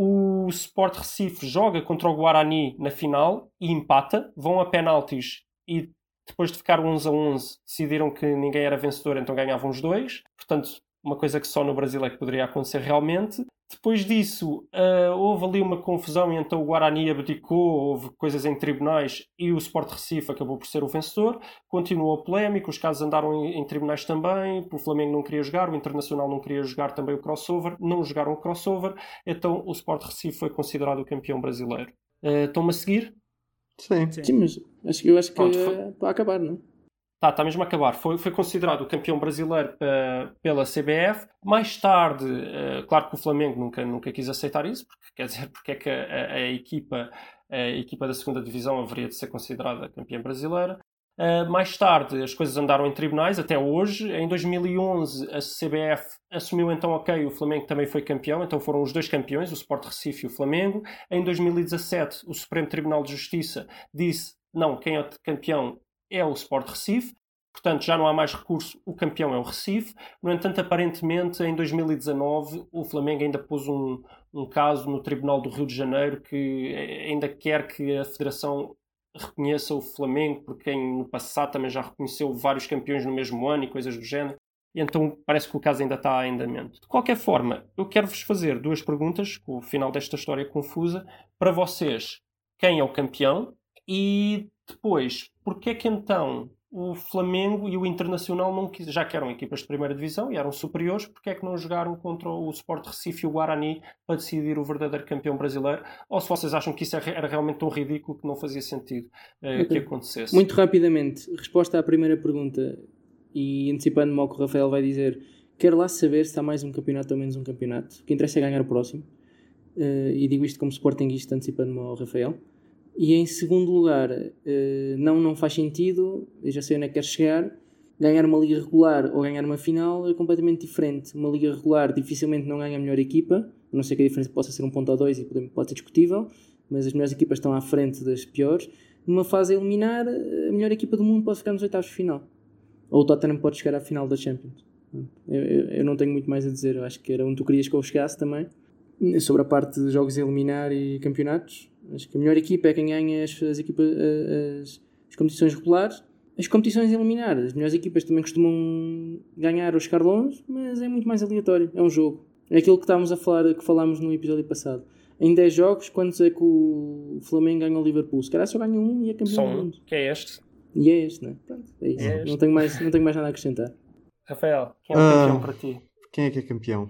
o Sport Recife joga contra o Guarani na final e empata, vão a penaltis e depois de ficar 11-11 decidiram que ninguém era vencedor, então ganhavam os 2. Portanto, uma coisa que só no Brasil é que poderia acontecer realmente. Depois disso, houve ali uma confusão e então o Guarani abdicou, houve coisas em tribunais e o Sport Recife acabou por ser o vencedor. Continuou a polémica, os casos andaram em tribunais também, o Flamengo não queria jogar, o Internacional não queria jogar também o crossover, não jogaram o crossover, então o Sport Recife foi considerado o campeão brasileiro. Estão-me a seguir? Sim, mas eu acho que vai acabar, não é? Está mesmo a acabar. Foi considerado o campeão brasileiro pela CBF. Mais tarde, claro que o Flamengo nunca quis aceitar isso, porque quer dizer, porque é que a equipa da segunda divisão haveria de ser considerada campeã brasileira. Mais tarde, as coisas andaram em tribunais, até hoje. Em 2011, a CBF assumiu então, ok, o Flamengo também foi campeão, então foram os 2 campeões, o Sport Recife e o Flamengo. Em 2017, o Supremo Tribunal de Justiça disse não, quem é o campeão é o Sport Recife, portanto já não há mais recurso, o campeão é o Recife. No entanto, aparentemente, em 2019, o Flamengo ainda pôs um caso no Tribunal do Rio de Janeiro que ainda quer que a Federação reconheça o Flamengo, porque no passado também já reconheceu vários campeões no mesmo ano e coisas do género. E então parece que o caso ainda está em andamento. De qualquer forma, eu quero-vos fazer 2 perguntas, com o final desta história confusa, para vocês. Quem é o campeão? E depois, porque é que então o Flamengo e o Internacional, já que eram equipas de primeira divisão e eram superiores, porque é que não jogaram contra o Sport Recife e o Guarani para decidir o verdadeiro campeão brasileiro? Ou se vocês acham que isso era realmente tão ridículo que não fazia sentido que acontecesse? Muito rapidamente, resposta à primeira pergunta, e antecipando-me ao que o Rafael vai dizer, quero lá saber se há mais um campeonato ou menos um campeonato. O que interessa é ganhar o próximo. E digo isto como sportinguista, antecipando-me ao Rafael. E em segundo lugar, não faz sentido, eu já sei onde é que quero chegar, ganhar uma liga regular ou ganhar uma final é completamente diferente. Uma liga regular dificilmente não ganha a melhor equipa, a não ser que a diferença possa ser 1 ponto ou 2 e pode ser discutível, mas as melhores equipas estão à frente das piores. Numa fase a eliminar, a melhor equipa do mundo pode ficar nos oitavos de final. Ou o Tottenham pode chegar à final da Champions. Eu não tenho muito mais a dizer, eu acho que era onde tu querias que eu chegasse também. Sobre a parte de jogos a eliminar e campeonatos, acho que a melhor equipa é quem ganha as competições regulares. As competições a eliminar, as melhores equipas também costumam ganhar ou chegar longe, mas é muito mais aleatório, é um jogo. É aquilo que estávamos a falar, que falámos no episódio passado. Em 10 jogos, quantos é que o Flamengo ganha ao Liverpool? Se calhar só ganha um e é campeão do mundo. Que é este. E é este, não é? Pronto, é isso. É não tenho mais nada a acrescentar. Rafael, quem é o campeão para ti? Quem é que é campeão?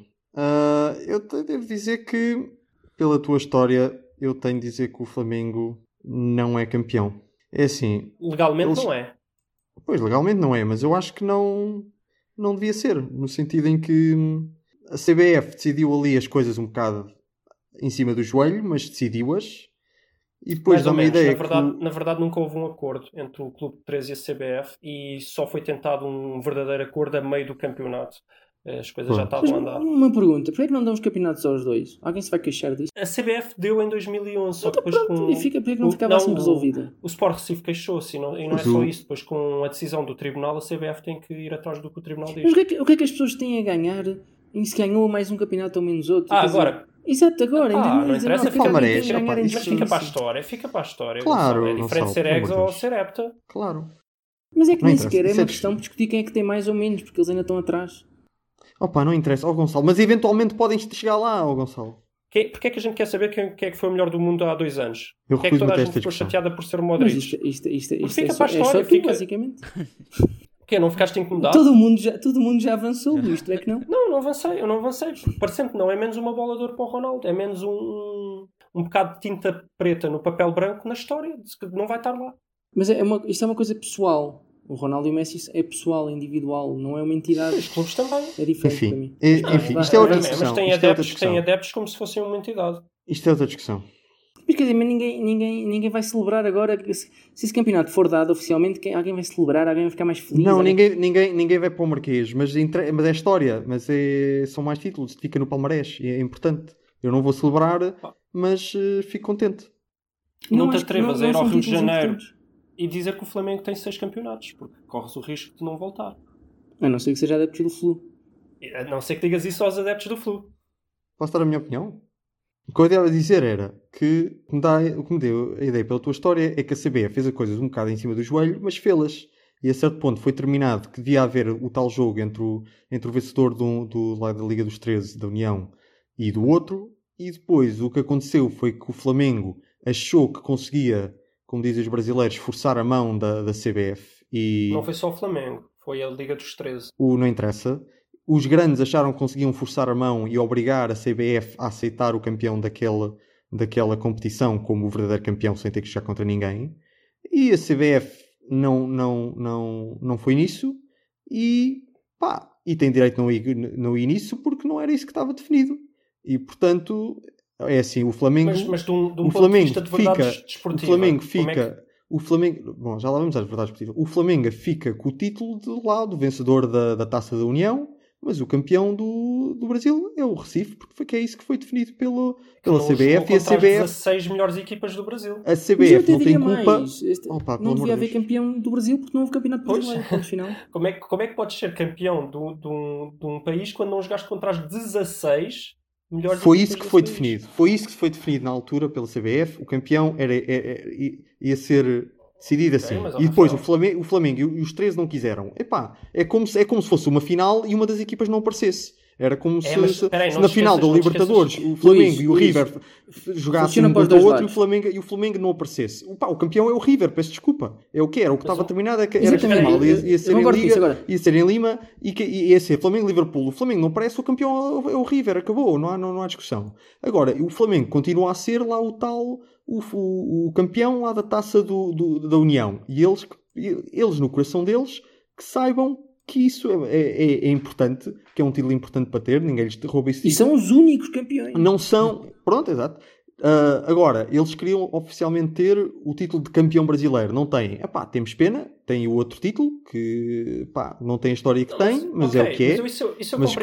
Eu devo dizer que, pela tua história, eu tenho de dizer que o Flamengo não é campeão. É assim... Legalmente não é. Pois, legalmente não é, mas eu acho que não devia ser. No sentido em que a CBF decidiu ali as coisas um bocado em cima do joelho, mas decidiu-as. E depois dá uma ideia na verdade nunca houve um acordo entre o Clube 13 e a CBF e só foi tentado um verdadeiro acordo a meio do campeonato. As coisas já estavam a andar. Uma pergunta, porquê é que não dão os campeonatos aos dois? Alguém se vai queixar disso? A CBF deu em 2011, só que depois pronto, e porquê que não ficava assim resolvida? O Sport Recife queixou-se e não é só isso. Depois com a decisão do Tribunal, a CBF tem que ir atrás do que o Tribunal diz. Mas o que é que as pessoas têm a ganhar em se ganhou mais um campeonato ou menos outro? Agora... Exato, agora. Não interessa, mas fica para a história. Claro. É diferente ser ex ou ser hepta. Claro. Mas é que nem sequer é uma questão de discutir quem é que tem mais ou menos, porque eles ainda estão atrás. Opa, não interessa, Gonçalo, mas eventualmente podem chegar lá, Gonçalo. Porquê é que a gente quer saber quem é que foi o melhor do mundo há 2 anos? Porquê é que toda a gente ficou chateada por ser o Modric? Isto fica para a história, basicamente. Porquê? Não ficaste incomodado? Todo mundo já avançou, isto é que não? Eu não avancei. Parecendo que não é menos uma bola de ouro para o Ronaldo, é menos um bocado de tinta preta no papel branco na história, que não vai estar lá. Mas isto é uma coisa pessoal. O Ronaldo e o Messi é pessoal, é individual, não é uma entidade. Os clubes também. É diferente para mim. Enfim, isto é outra discussão. Mas tem adeptos que têm adeptos como se fossem uma entidade. Isto é outra discussão. Mas quer dizer, mas ninguém vai celebrar agora. Se esse campeonato for dado oficialmente, alguém vai celebrar, alguém vai ficar mais feliz. Não, ninguém vai para o Marquês, mas é história, são mais títulos, fica no palmarés, e é importante. Eu não vou celebrar, mas fico contente. Não te atrevas a ir ao Rio de Janeiro e dizer que o Flamengo tem 6 campeonatos, porque corres o risco de não voltar. A não ser que seja adeptos do Flu. A não ser que digas isso aos adeptos do Flu. Posso dar a minha opinião? O que eu ia dizer era que o que me deu a ideia pela tua história é que a CBF fez as coisas um bocado em cima do joelho, mas fê-las. E a certo ponto foi terminado que devia haver o tal jogo entre o vencedor lá da Liga dos 13 da União e do outro. E depois o que aconteceu foi que o Flamengo achou que conseguia, como dizem os brasileiros, forçar a mão da CBF. E não foi só o Flamengo, foi a Liga dos 13. Não interessa. Os grandes acharam que conseguiam forçar a mão e obrigar a CBF a aceitar o campeão daquela competição como o verdadeiro campeão sem ter que jogar contra ninguém. E a CBF não foi nisso e tem direito de não ir nisso porque não era isso que estava definido. E, portanto, é assim, o Flamengo... Mas de um ponto de vista de verdades desportivas... Bom, já lá vamos às verdades desportivas. O Flamengo fica com o título do vencedor da Taça da União, mas o campeão do Brasil é o Recife, porque é isso que foi definido pela CBF, e a CBF... 16 melhores equipas do Brasil. A CBF não tem culpa... Não devia haver campeão do Brasil porque não houve campeonato brasileiro, ponto final. Como é que podes ser campeão de um país quando não jogaste contra as 16 melhores Foi equipas isso que desse foi país? definido. Foi isso que foi definido na altura pela CBF. O campeão ia ser decidido assim. Mas, E depois Rafael, o Flamengo e os 13 não quiseram. Epá, é como se fosse uma final e uma das equipas não aparecesse. Era como se na final da Libertadores o Flamengo e o River jogassem um contra o outro e o Flamengo não aparecesse. O campeão é o River, peço desculpa. É o que era. O que estava terminado era que a final ia ser em Liga, ia ser em Lima e ia ser Flamengo e Liverpool. O Flamengo não aparece, o campeão é o River. Acabou, não há discussão. Agora, o Flamengo continua a ser lá o tal, o campeão lá da Taça da União. E eles, no coração deles, que saibam que isso é importante, que é um título importante para ter, ninguém lhes rouba isso. E são os únicos campeões. Não são... Pronto, exato. Agora, eles queriam oficialmente ter o título de campeão brasileiro. Não têm. Temos pena. Tem o outro título, que não tem a história que tem, mas é o que é. Mas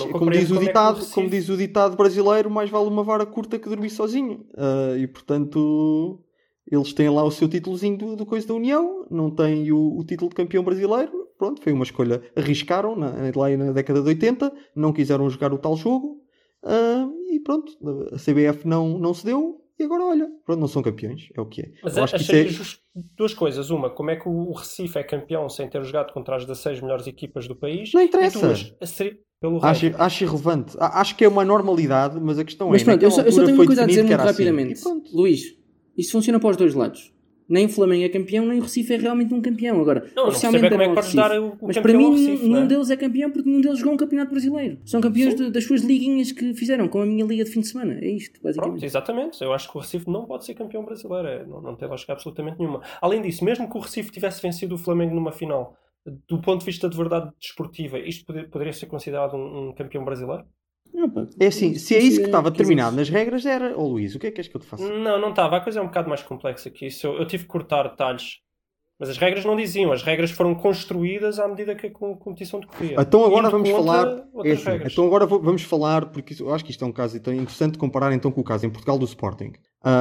como diz o ditado brasileiro, mais vale uma vara curta que dormir sozinho. E portanto... Eles têm lá o seu títulozinho do coisa da União, não têm o título de campeão brasileiro. Pronto, foi uma escolha. Arriscaram lá na década de 80, não quiseram jogar o tal jogo e pronto, a CBF não se deu e agora olha, pronto, não são campeões, é o que é. Mas achei duas coisas. Uma, como é que o Recife é campeão sem ter jogado contra as 16 melhores equipas do país? Não interessa. Acho irrelevante. Acho que é uma normalidade, mas a questão mas pronto, eu só tenho uma coisa a dizer muito rapidamente. Assim. Luís, isso funciona para os dois lados. Nem o Flamengo é campeão, nem o Recife é realmente um campeão. Agora, oficialmente como é que podes dar o mas para mim, Recife, nenhum deles é campeão porque nenhum deles jogou um campeonato brasileiro. São campeões das suas liguinhas que fizeram, com a minha liga de fim de semana. É isto, basicamente. Pronto, exatamente. Eu acho que o Recife não pode ser campeão brasileiro. Não tem lógica absolutamente nenhuma. Além disso, mesmo que o Recife tivesse vencido o Flamengo numa final, do ponto de vista de verdade desportiva, isto poderia ser considerado um campeão brasileiro? É assim, se é isso que estava determinado nas regras, era... Luís, o que é que és que eu te faço? Não estava. A coisa é um bocado mais complexa que isso. Eu tive que cortar detalhes. Mas as regras não diziam. As regras foram construídas à medida que a competição decorria. Então agora vamos falar... Então agora vamos falar, porque eu acho que isto é um caso interessante comparar então com o caso em Portugal do Sporting.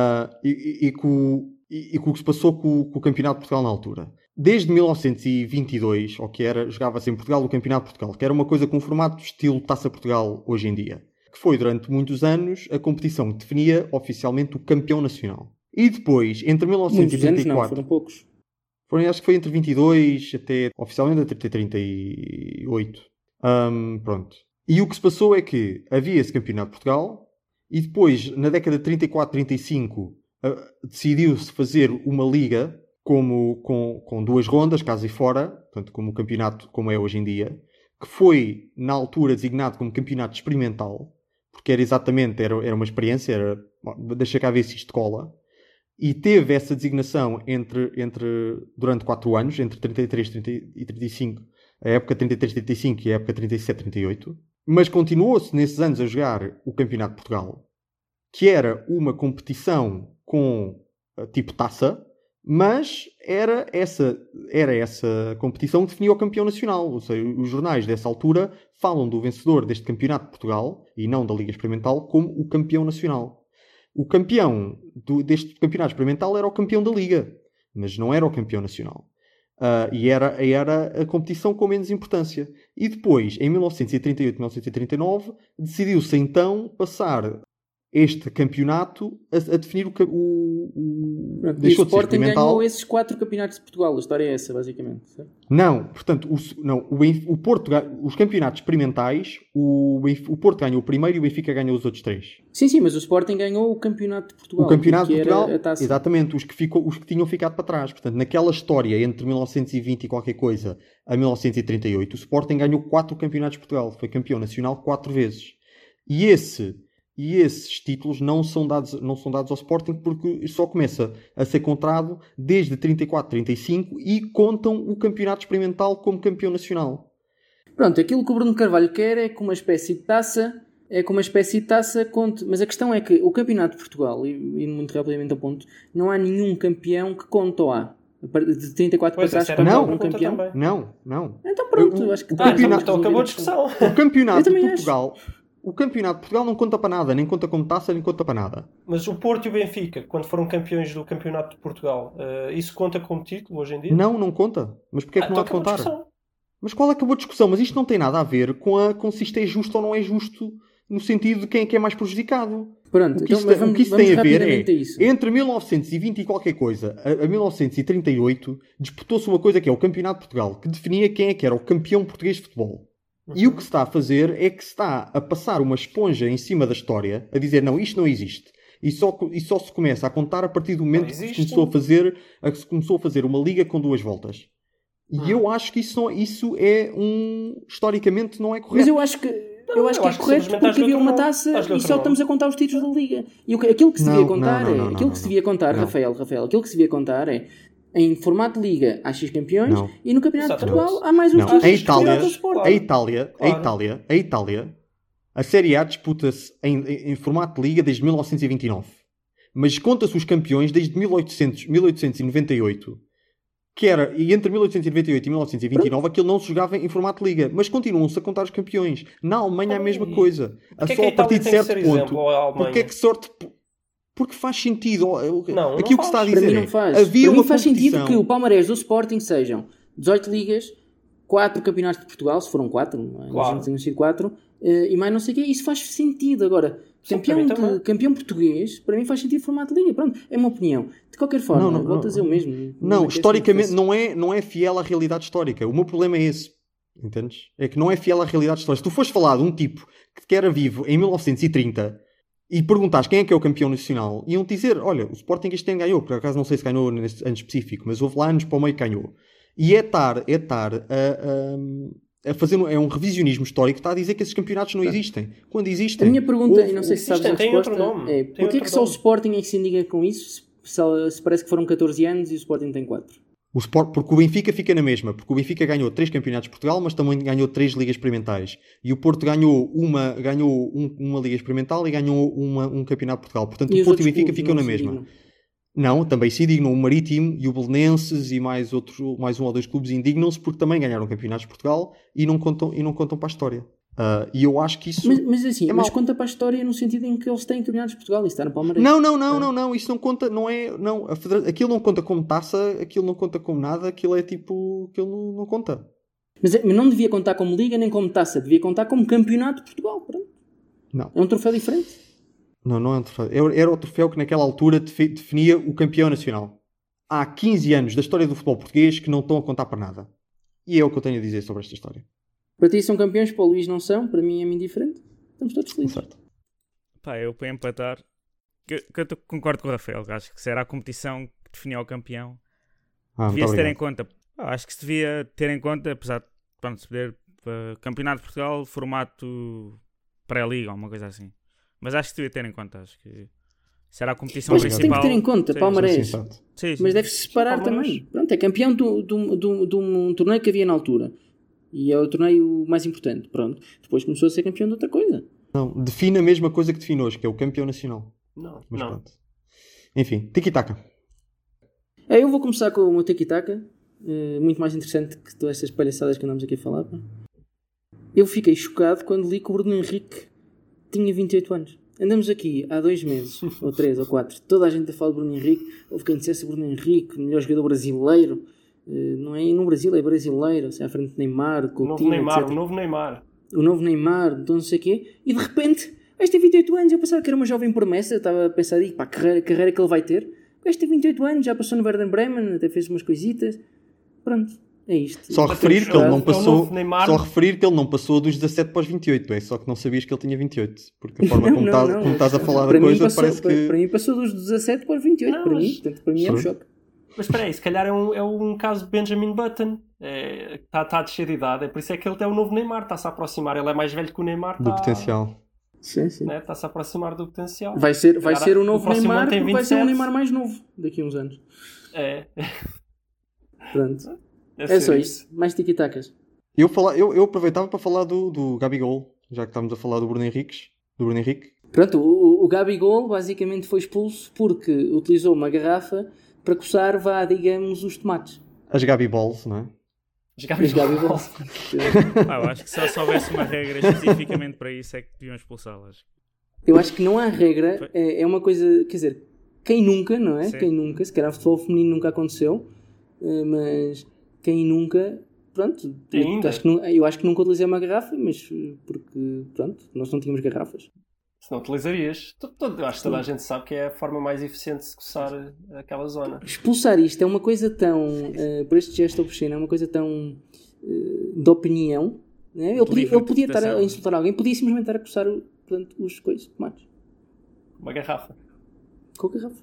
E com o que se passou com o Campeonato de Portugal na altura. Desde 1922, ou que era, jogava-se em Portugal o Campeonato de Portugal, que era uma coisa com formato estilo Taça Portugal hoje em dia, que foi durante muitos anos a competição que definia oficialmente o campeão nacional. E depois, entre 1934... Muitos anos não, foram poucos. Acho que foi entre 22 até, oficialmente, até 38. Pronto. E o que se passou é que havia esse Campeonato de Portugal e depois, na década de 34, 35, decidiu-se fazer uma liga com duas rondas, casa e fora, portanto, como o campeonato como é hoje em dia, que foi, na altura, designado como campeonato experimental, porque era uma experiência, deixa cá ver se isto cola, e teve essa designação durante 4 anos, entre 33 e 35, a época 33-35 e a época 37-38, mas continuou-se nesses anos a jogar o Campeonato de Portugal, que era uma competição com tipo taça, mas era essa competição que definia o campeão nacional. Ou seja, os jornais dessa altura falam do vencedor deste Campeonato de Portugal, e não da Liga Experimental, como o campeão nacional. O campeão deste Campeonato Experimental era o campeão da Liga, mas não era o campeão nacional. E era a competição com menos importância. E depois, em 1938-1939, decidiu-se então passar este campeonato a definir e o Sporting ganhou esses 4 campeonatos de Portugal. A história é essa, basicamente, certo? Não, portanto, o Porto, os campeonatos experimentais, o Porto ganhou o primeiro e o Benfica ganhou os outros 3. Sim, mas o Sporting ganhou o campeonato de Portugal. O campeonato de Portugal, exatamente, os que tinham ficado para trás. Portanto, naquela história entre 1920 e qualquer coisa a 1938, o Sporting ganhou 4 campeonatos de Portugal. Foi campeão nacional 4 vezes. E esses títulos não são dados ao Sporting porque só começa a ser contado desde 34-35 e contam o campeonato experimental como campeão nacional. Pronto, aquilo que o Bruno Carvalho quer é que uma espécie de taça conte. Mas a questão é que o Campeonato de Portugal, e muito rapidamente ao ponto, não há nenhum campeão que conte ao A. De 34 Pois, para trás, essa quando era há a algum pergunta campeão. também. Não. Então pronto, eu acho que Então acabou a discussão. O campeonato Eu de também Portugal... O campeonato de Portugal não conta para nada, nem conta como taça, nem conta para nada. Mas o Porto e o Benfica, quando foram campeões do campeonato de Portugal, isso conta como título hoje em dia? Não conta. Mas porquê é que não há de acabou a contar? discussão. Mas qual acabou a discussão? Mas isto não tem nada a ver com se isto é justo ou não é justo, no sentido de quem é que é mais prejudicado. Pronto, O que então, isso, o que isso tem a ver rapidamente a isso. entre 1920 e qualquer coisa a 1938, disputou-se uma coisa que é o Campeonato de Portugal, que definia quem é que era o campeão português de futebol. E o que se está a fazer é que se está a passar uma esponja em cima da história, a dizer, não, isto não existe. E só se começa a contar a partir do momento que se começou a fazer uma liga com 2 voltas. E eu acho que isso é historicamente não é correto. Mas eu acho que é correto porque havia uma taça e só estamos a contar os títulos da liga. E aquilo que se devia contar Rafael, aquilo que se devia contar é em formato de liga há X campeões e no Campeonato de Portugal há mais uns títulos. A Itália, a Série A disputa-se em formato de liga desde 1929. Mas conta-se os campeões desde 1898. E entre 1898 e 1929 aquilo não se jogava em formato de liga. Mas continuam-se a contar os campeões. Na Alemanha é a mesma coisa. Só a partir de certo ponto. Porque é que sorte... Porque faz sentido. Aquilo que se está a dizer para mim não faz. Havia para uma mim faz competição. sentido que o Palmeiras do Sporting sejam 18 ligas, 4 campeonatos de Portugal, se foram 4, não tinham sido 4, e mais não sei o quê. Isso faz sentido. Agora, campeão português, para mim faz sentido formato de liga. Pronto, é uma opinião. De qualquer forma, volto a dizer o mesmo. Não, historicamente não é fiel à realidade histórica. O meu problema é esse. Entendes? É que não é fiel à realidade histórica. Se tu fores falar de um tipo que era vivo em 1930 e perguntares quem é que é o campeão nacional, iam-te dizer, olha, o Sporting este ano ganhou, por acaso não sei se ganhou neste ano específico, mas houve lá anos para o meio que ganhou. E é estar a fazer um revisionismo histórico que está a dizer que esses campeonatos não existem. Quando existem... A minha pergunta, e não sei se sabes a resposta, é porquê que só o nome. Sporting é que se indica com isso, se parece que foram 14 anos e o Sporting tem 4? Porque o Benfica fica na mesma, porque o Benfica ganhou 3 campeonatos de Portugal, mas também ganhou 3 ligas experimentais. E o Porto ganhou uma liga experimental e ganhou um campeonato de Portugal. Portanto, o Porto e o Benfica ficam na mesma. Não, também se indignam o Marítimo e o Belenenses e mais um ou 2 clubes indignam-se porque também ganharam campeonatos de Portugal e não contam para a história. E eu acho que isso mas conta para a história no sentido em que eles têm campeonatos de Portugal e está no Palmeiras. Não, isso não conta, aquilo não conta como taça, aquilo não conta como nada, aquilo não conta. Mas não devia contar como liga nem como taça, devia contar como campeonato de Portugal, pronto. Não. É um troféu diferente? Não é um troféu. Era o troféu que naquela altura definia o campeão nacional. Há 15 anos da história do futebol português que não estão a contar para nada. E é o que eu tenho a dizer sobre esta história. Para ti são campeões, para o Luís não são, para mim é indiferente. Estamos todos felizes. Certo. Eu para empatar, que eu concordo com o Rafael, acho que se era a competição que definia o campeão, devia-se ter em conta. Acho que se devia ter em conta, apesar de se poder, Campeonato de Portugal, formato pré-liga ou uma coisa assim. Mas acho que se devia ter em conta, acho que se era a competição principal... Tem que ter em conta, Palmeiras. Sim. Mas deve-se separar também. Pronto, é campeão de um torneio que havia na altura. E é o torneio mais importante, pronto. Depois começou a ser campeão de outra coisa. Não, define a mesma coisa que define hoje, que é o campeão nacional. Não. Pronto. Enfim, tiki-taka. Eu vou começar com o meu tiki-taka. Muito mais interessante que todas estas palhaçadas que andamos aqui a falar. Pá. Eu fiquei chocado quando li que o Bruno Henrique tinha 28 anos. Andamos aqui há 2 meses, ou 3, ou 4. Toda a gente a falar de Bruno Henrique. Houve quem dissesse Bruno Henrique, melhor jogador brasileiro. Não é no Brasil, é brasileiro, assim, à frente de Neymar, Coutinho, o novo Neymar, então não sei o quê, e de repente, este tem 28 anos, eu pensava que era uma jovem promessa, eu estava a pensar, a carreira que ele vai ter, este tem 28 anos, já passou no Werder Bremen, até fez umas coisitas, pronto, é isto. Só referir que ele não passou dos 17 para os 28, é só que não sabias que ele tinha 28, porque a forma como estás a falar da coisa parece que... Para mim passou dos 17 para os 28, para mim é um choque. Mas espera aí, se calhar é um caso de Benjamin Button. Está a descer de idade. É por isso é que ele é o novo Neymar. Está-se a aproximar. Ele é mais velho que o Neymar. Do potencial. Sim. Né? Está-se a aproximar do potencial. Vai ser o novo Neymar, porque vai ser um Neymar mais novo daqui a uns anos. Pronto. É só isso. Mais tiki-takas. Eu aproveitava para falar do Gabigol, já que estamos a falar do Bruno Henrique. Pronto, o Gabigol basicamente foi expulso porque utilizou uma garrafa para coçar, vá, digamos, os tomates. As Gabi Balls, não é? As Gabi Balls. Eu acho que se houvesse uma regra especificamente para isso é que deviam expulsá-las. Eu acho que não há regra, é uma coisa, quer dizer, quem nunca, não é? Sim. Quem nunca, se calhar futebol feminino nunca aconteceu, mas quem nunca, pronto, eu acho que nunca utilizei uma garrafa, mas porque, pronto, nós não tínhamos garrafas. Se não utilizarias, eu acho que toda a gente sabe que é a forma mais eficiente de se coçar aquela zona. Expulsar isto é uma coisa tão, por este gesto obsceno, é uma coisa tão de opinião, né? Ele podia estar a insultar alguém, podia simplesmente estar a coçar portanto, os coisas, tomates. Uma garrafa. Com a garrafa.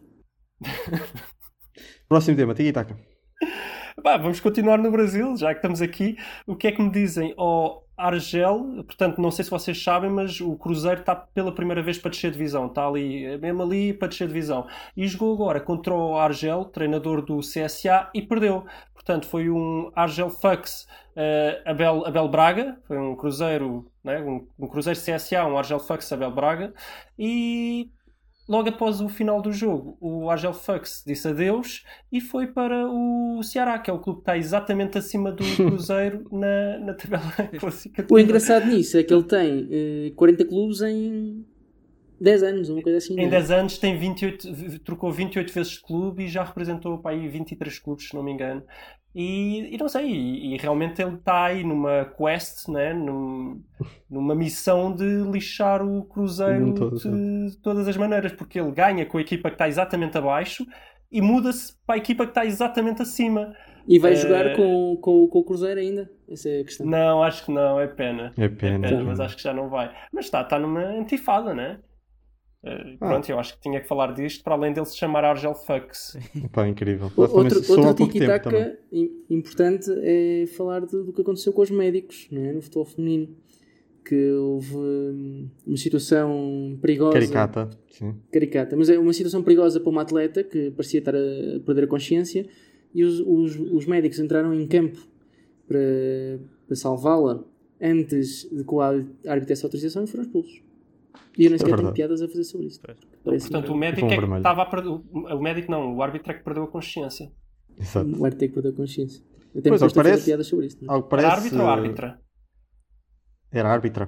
Próximo tema, tiki-taka. Vamos continuar no Brasil, já que estamos aqui. O que é que me dizem ao Argel? Portanto, não sei se vocês sabem, mas o Cruzeiro está pela primeira vez para descer divisão. Está ali, mesmo ali, para descer divisão. E jogou agora contra o Argel, treinador do CSA, e perdeu. Portanto, foi um Argel Fux Abel Braga. Foi um Cruzeiro, né? um Cruzeiro CSA, um Argel Fux Abel Braga. E logo após o final do jogo, o Argel Fux disse adeus e foi para o Ceará, que é o clube que está exatamente acima do Cruzeiro na tabela classificativa. O engraçado nisso é que ele tem 40 clubes em 10 anos, uma coisa assim. Em 10 anos tem trocou 28 vezes de clube e já representou para aí 23 clubes, se não me engano. E não sei, e realmente ele está aí numa quest, né? Numa missão de lixar o Cruzeiro de todas as maneiras, porque ele ganha com a equipa que está exatamente abaixo e muda-se para a equipa que está exatamente acima. E vai jogar com o Cruzeiro ainda? Essa é a questão. Não, acho que não, é pena. É pena. Mas acho que já não vai. Mas está numa antifada, né? Pronto, eu acho que tinha que falar disto para além dele se chamar Argel Fux. Pá, incrível. Outro tiki-taka importante é falar do que aconteceu com os médicos, não é? No futebol feminino, que houve uma situação perigosa, caricata, mas é uma situação perigosa para uma atleta que parecia estar a perder a consciência, e os médicos entraram em campo para salvá-la antes de que o árbitro desse autorização e foram expulsos. E eu nem sequer tenho piadas a fazer sobre isso. Portanto, o médico é que estava a perder. O médico não, o árbitro é que perdeu a consciência. Exato. O árbitro é que perdeu a consciência. Eu tenho pois, ao que parece, piadas sobre isso. Era árbitro ou árbitra? Era árbitra.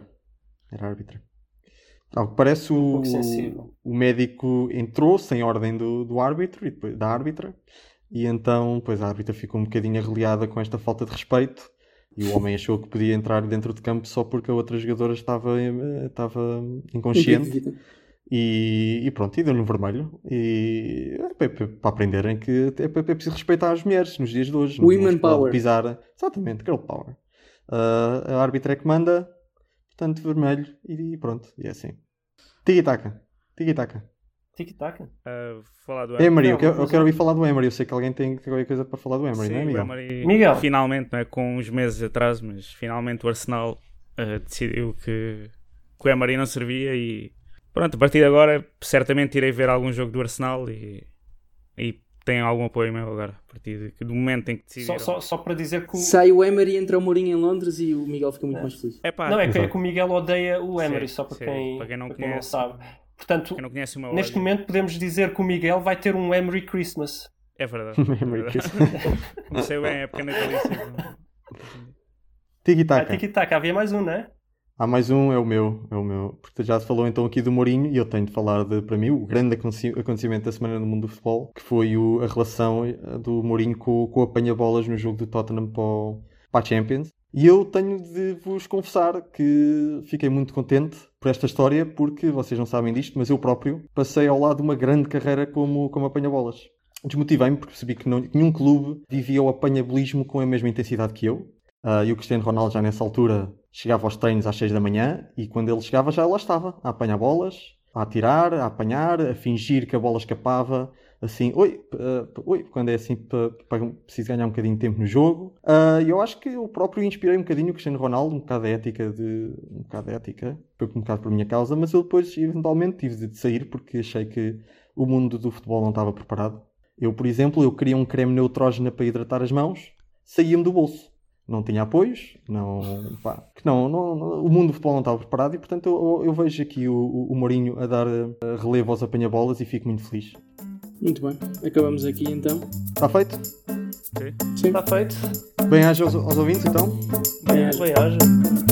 Ao que parece, o médico entrou sem ordem do árbitro e depois da árbitra, e então pois, a árbitra ficou um bocadinho arreliada com esta falta de respeito. E o homem achou que podia entrar dentro de campo só porque a outra jogadora estava inconsciente. E pronto, e deu-lhe um vermelho. E para aprenderem que é preciso respeitar as mulheres nos dias de hoje. Women Power. Pisar. Exatamente, Girl Power. A árbitra é que manda, portanto, vermelho. E pronto, e é assim. Tiki-taka. Tiki-taka? Falar do Emery, eu quero ouvir falar do Emery. Eu sei que alguém tem qualquer coisa para falar do Emery, sim, não é, Miguel? O Emery, Miguel. Finalmente, não é, com uns meses atrás, mas finalmente o Arsenal decidiu que o Emery não servia e pronto, a partir de agora certamente irei ver algum jogo do Arsenal e tenho algum apoio meu agora, a partir do momento em que decidiram. Só para dizer que sai o Emery, entra o Mourinho em Londres e o Miguel fica muito mais feliz. É que o Miguel odeia o Emery, só para quem não sabe. Portanto, neste momento podemos dizer que o Miguel vai ter um Emery Christmas. É verdade. Comecei bem a época natalícia. Tiki-taka. Havia mais um, não é? Há mais um, é o meu. Porque já se falou então aqui do Mourinho e eu tenho de falar para mim, o grande acontecimento da semana no mundo do futebol, que foi a relação do Mourinho com o apanha-bolas no jogo do Tottenham para a Champions. E eu tenho de vos confessar que fiquei muito contente por esta história, porque vocês não sabem disto, mas eu próprio passei ao lado de uma grande carreira como apanha-bolas. Desmotivei-me porque percebi que nenhum clube vivia o apanha-bolismo com a mesma intensidade que eu. E o Cristiano Ronaldo já nessa altura chegava aos treinos às 6 da manhã e quando ele chegava já lá estava, a apanhar bolas, a atirar, a apanhar, a fingir que a bola escapava, assim, quando é assim, preciso ganhar um bocadinho de tempo no jogo. E eu acho que eu próprio inspirei um bocadinho o Cristiano Ronaldo, um bocado de ética, foi um bocado por minha causa, mas eu depois eventualmente tive de sair porque achei que o mundo do futebol não estava preparado. Eu, por exemplo, queria um creme neutrógeno para hidratar as mãos, saía-me do bolso. Não tinha apoios, o mundo do futebol não estava preparado e, portanto, eu vejo aqui o Mourinho a dar relevo aos apanha-bolas e fico muito feliz. Muito bem. Acabamos aqui então. Está feito? Sim. Está feito? Bem-aja aos ouvintes então. Bem-aja. Bem-aja.